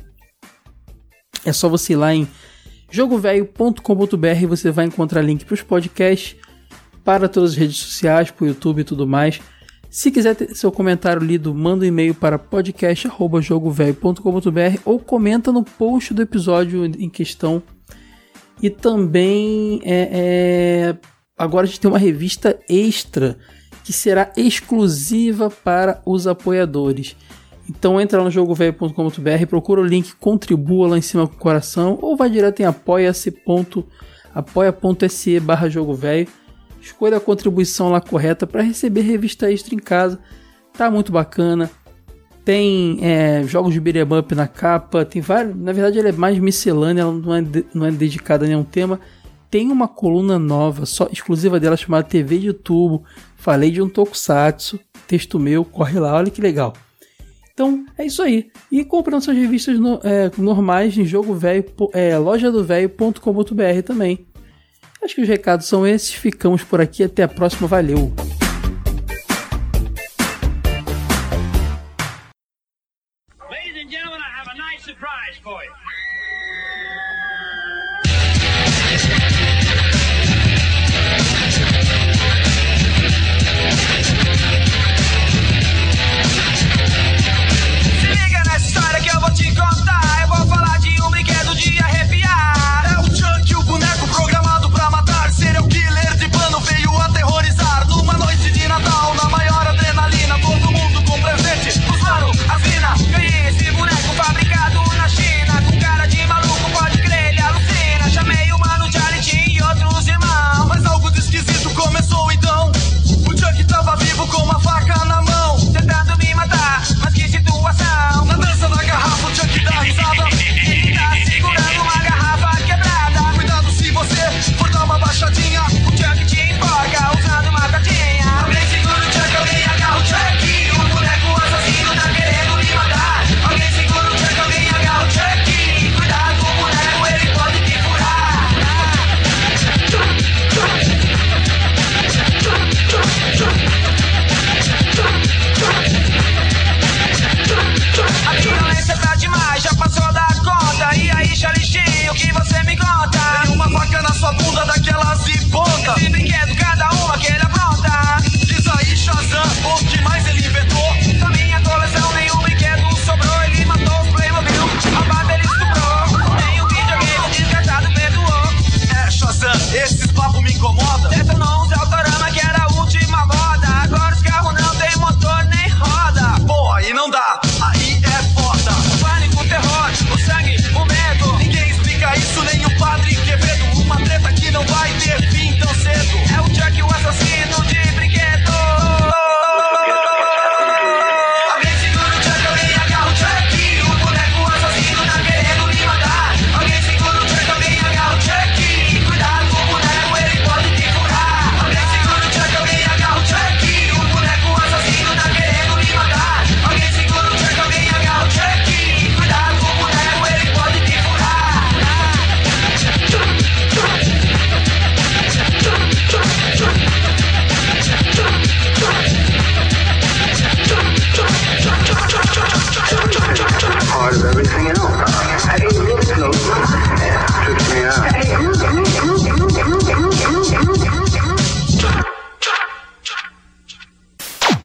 É só você ir lá em jogovelho.com.br, você vai encontrar link para os podcasts, para todas as redes sociais, para o YouTube e tudo mais. Se quiser ter seu comentário lido, manda um e-mail para podcast@jogovelho.com.br ou comenta no post do episódio em questão. E também agora a gente tem uma revista extra que será exclusiva para os apoiadores. Então entra lá no jogovelho.com.br, procura o link, contribua lá em cima com o coração, ou vai direto em apoia.se/jogovelho. Escolha a contribuição lá correta para receber revista extra em casa. Tá muito bacana. Tem jogos de beat'em up na capa, tem vários. Na verdade ela é mais miscelânea, ela não é dedicada a nenhum tema. Tem uma coluna nova, só exclusiva dela, chamada TV de Tubo. Falei de um tokusatsu, texto meu, corre lá, olha que legal. Então é isso aí. E comprando suas revistas normais em lojadovelho.com.br também. Acho que os recados são esses. Ficamos por aqui. Até a próxima. Valeu! Ladies and gentlemen, I have a nice surprise for you. Se liga nessa história que eu vou te contar. Eu vou falar de um brinquedo de arrepiar. É o Chuck, o boneco programado pra matar. Serial killer de plano veio aterrorizar. Numa noite de Natal, na maior adrenalina, todo mundo com presente. Os mano, as mina, ganhei esse boneco fabricado na China. Com cara hanging on.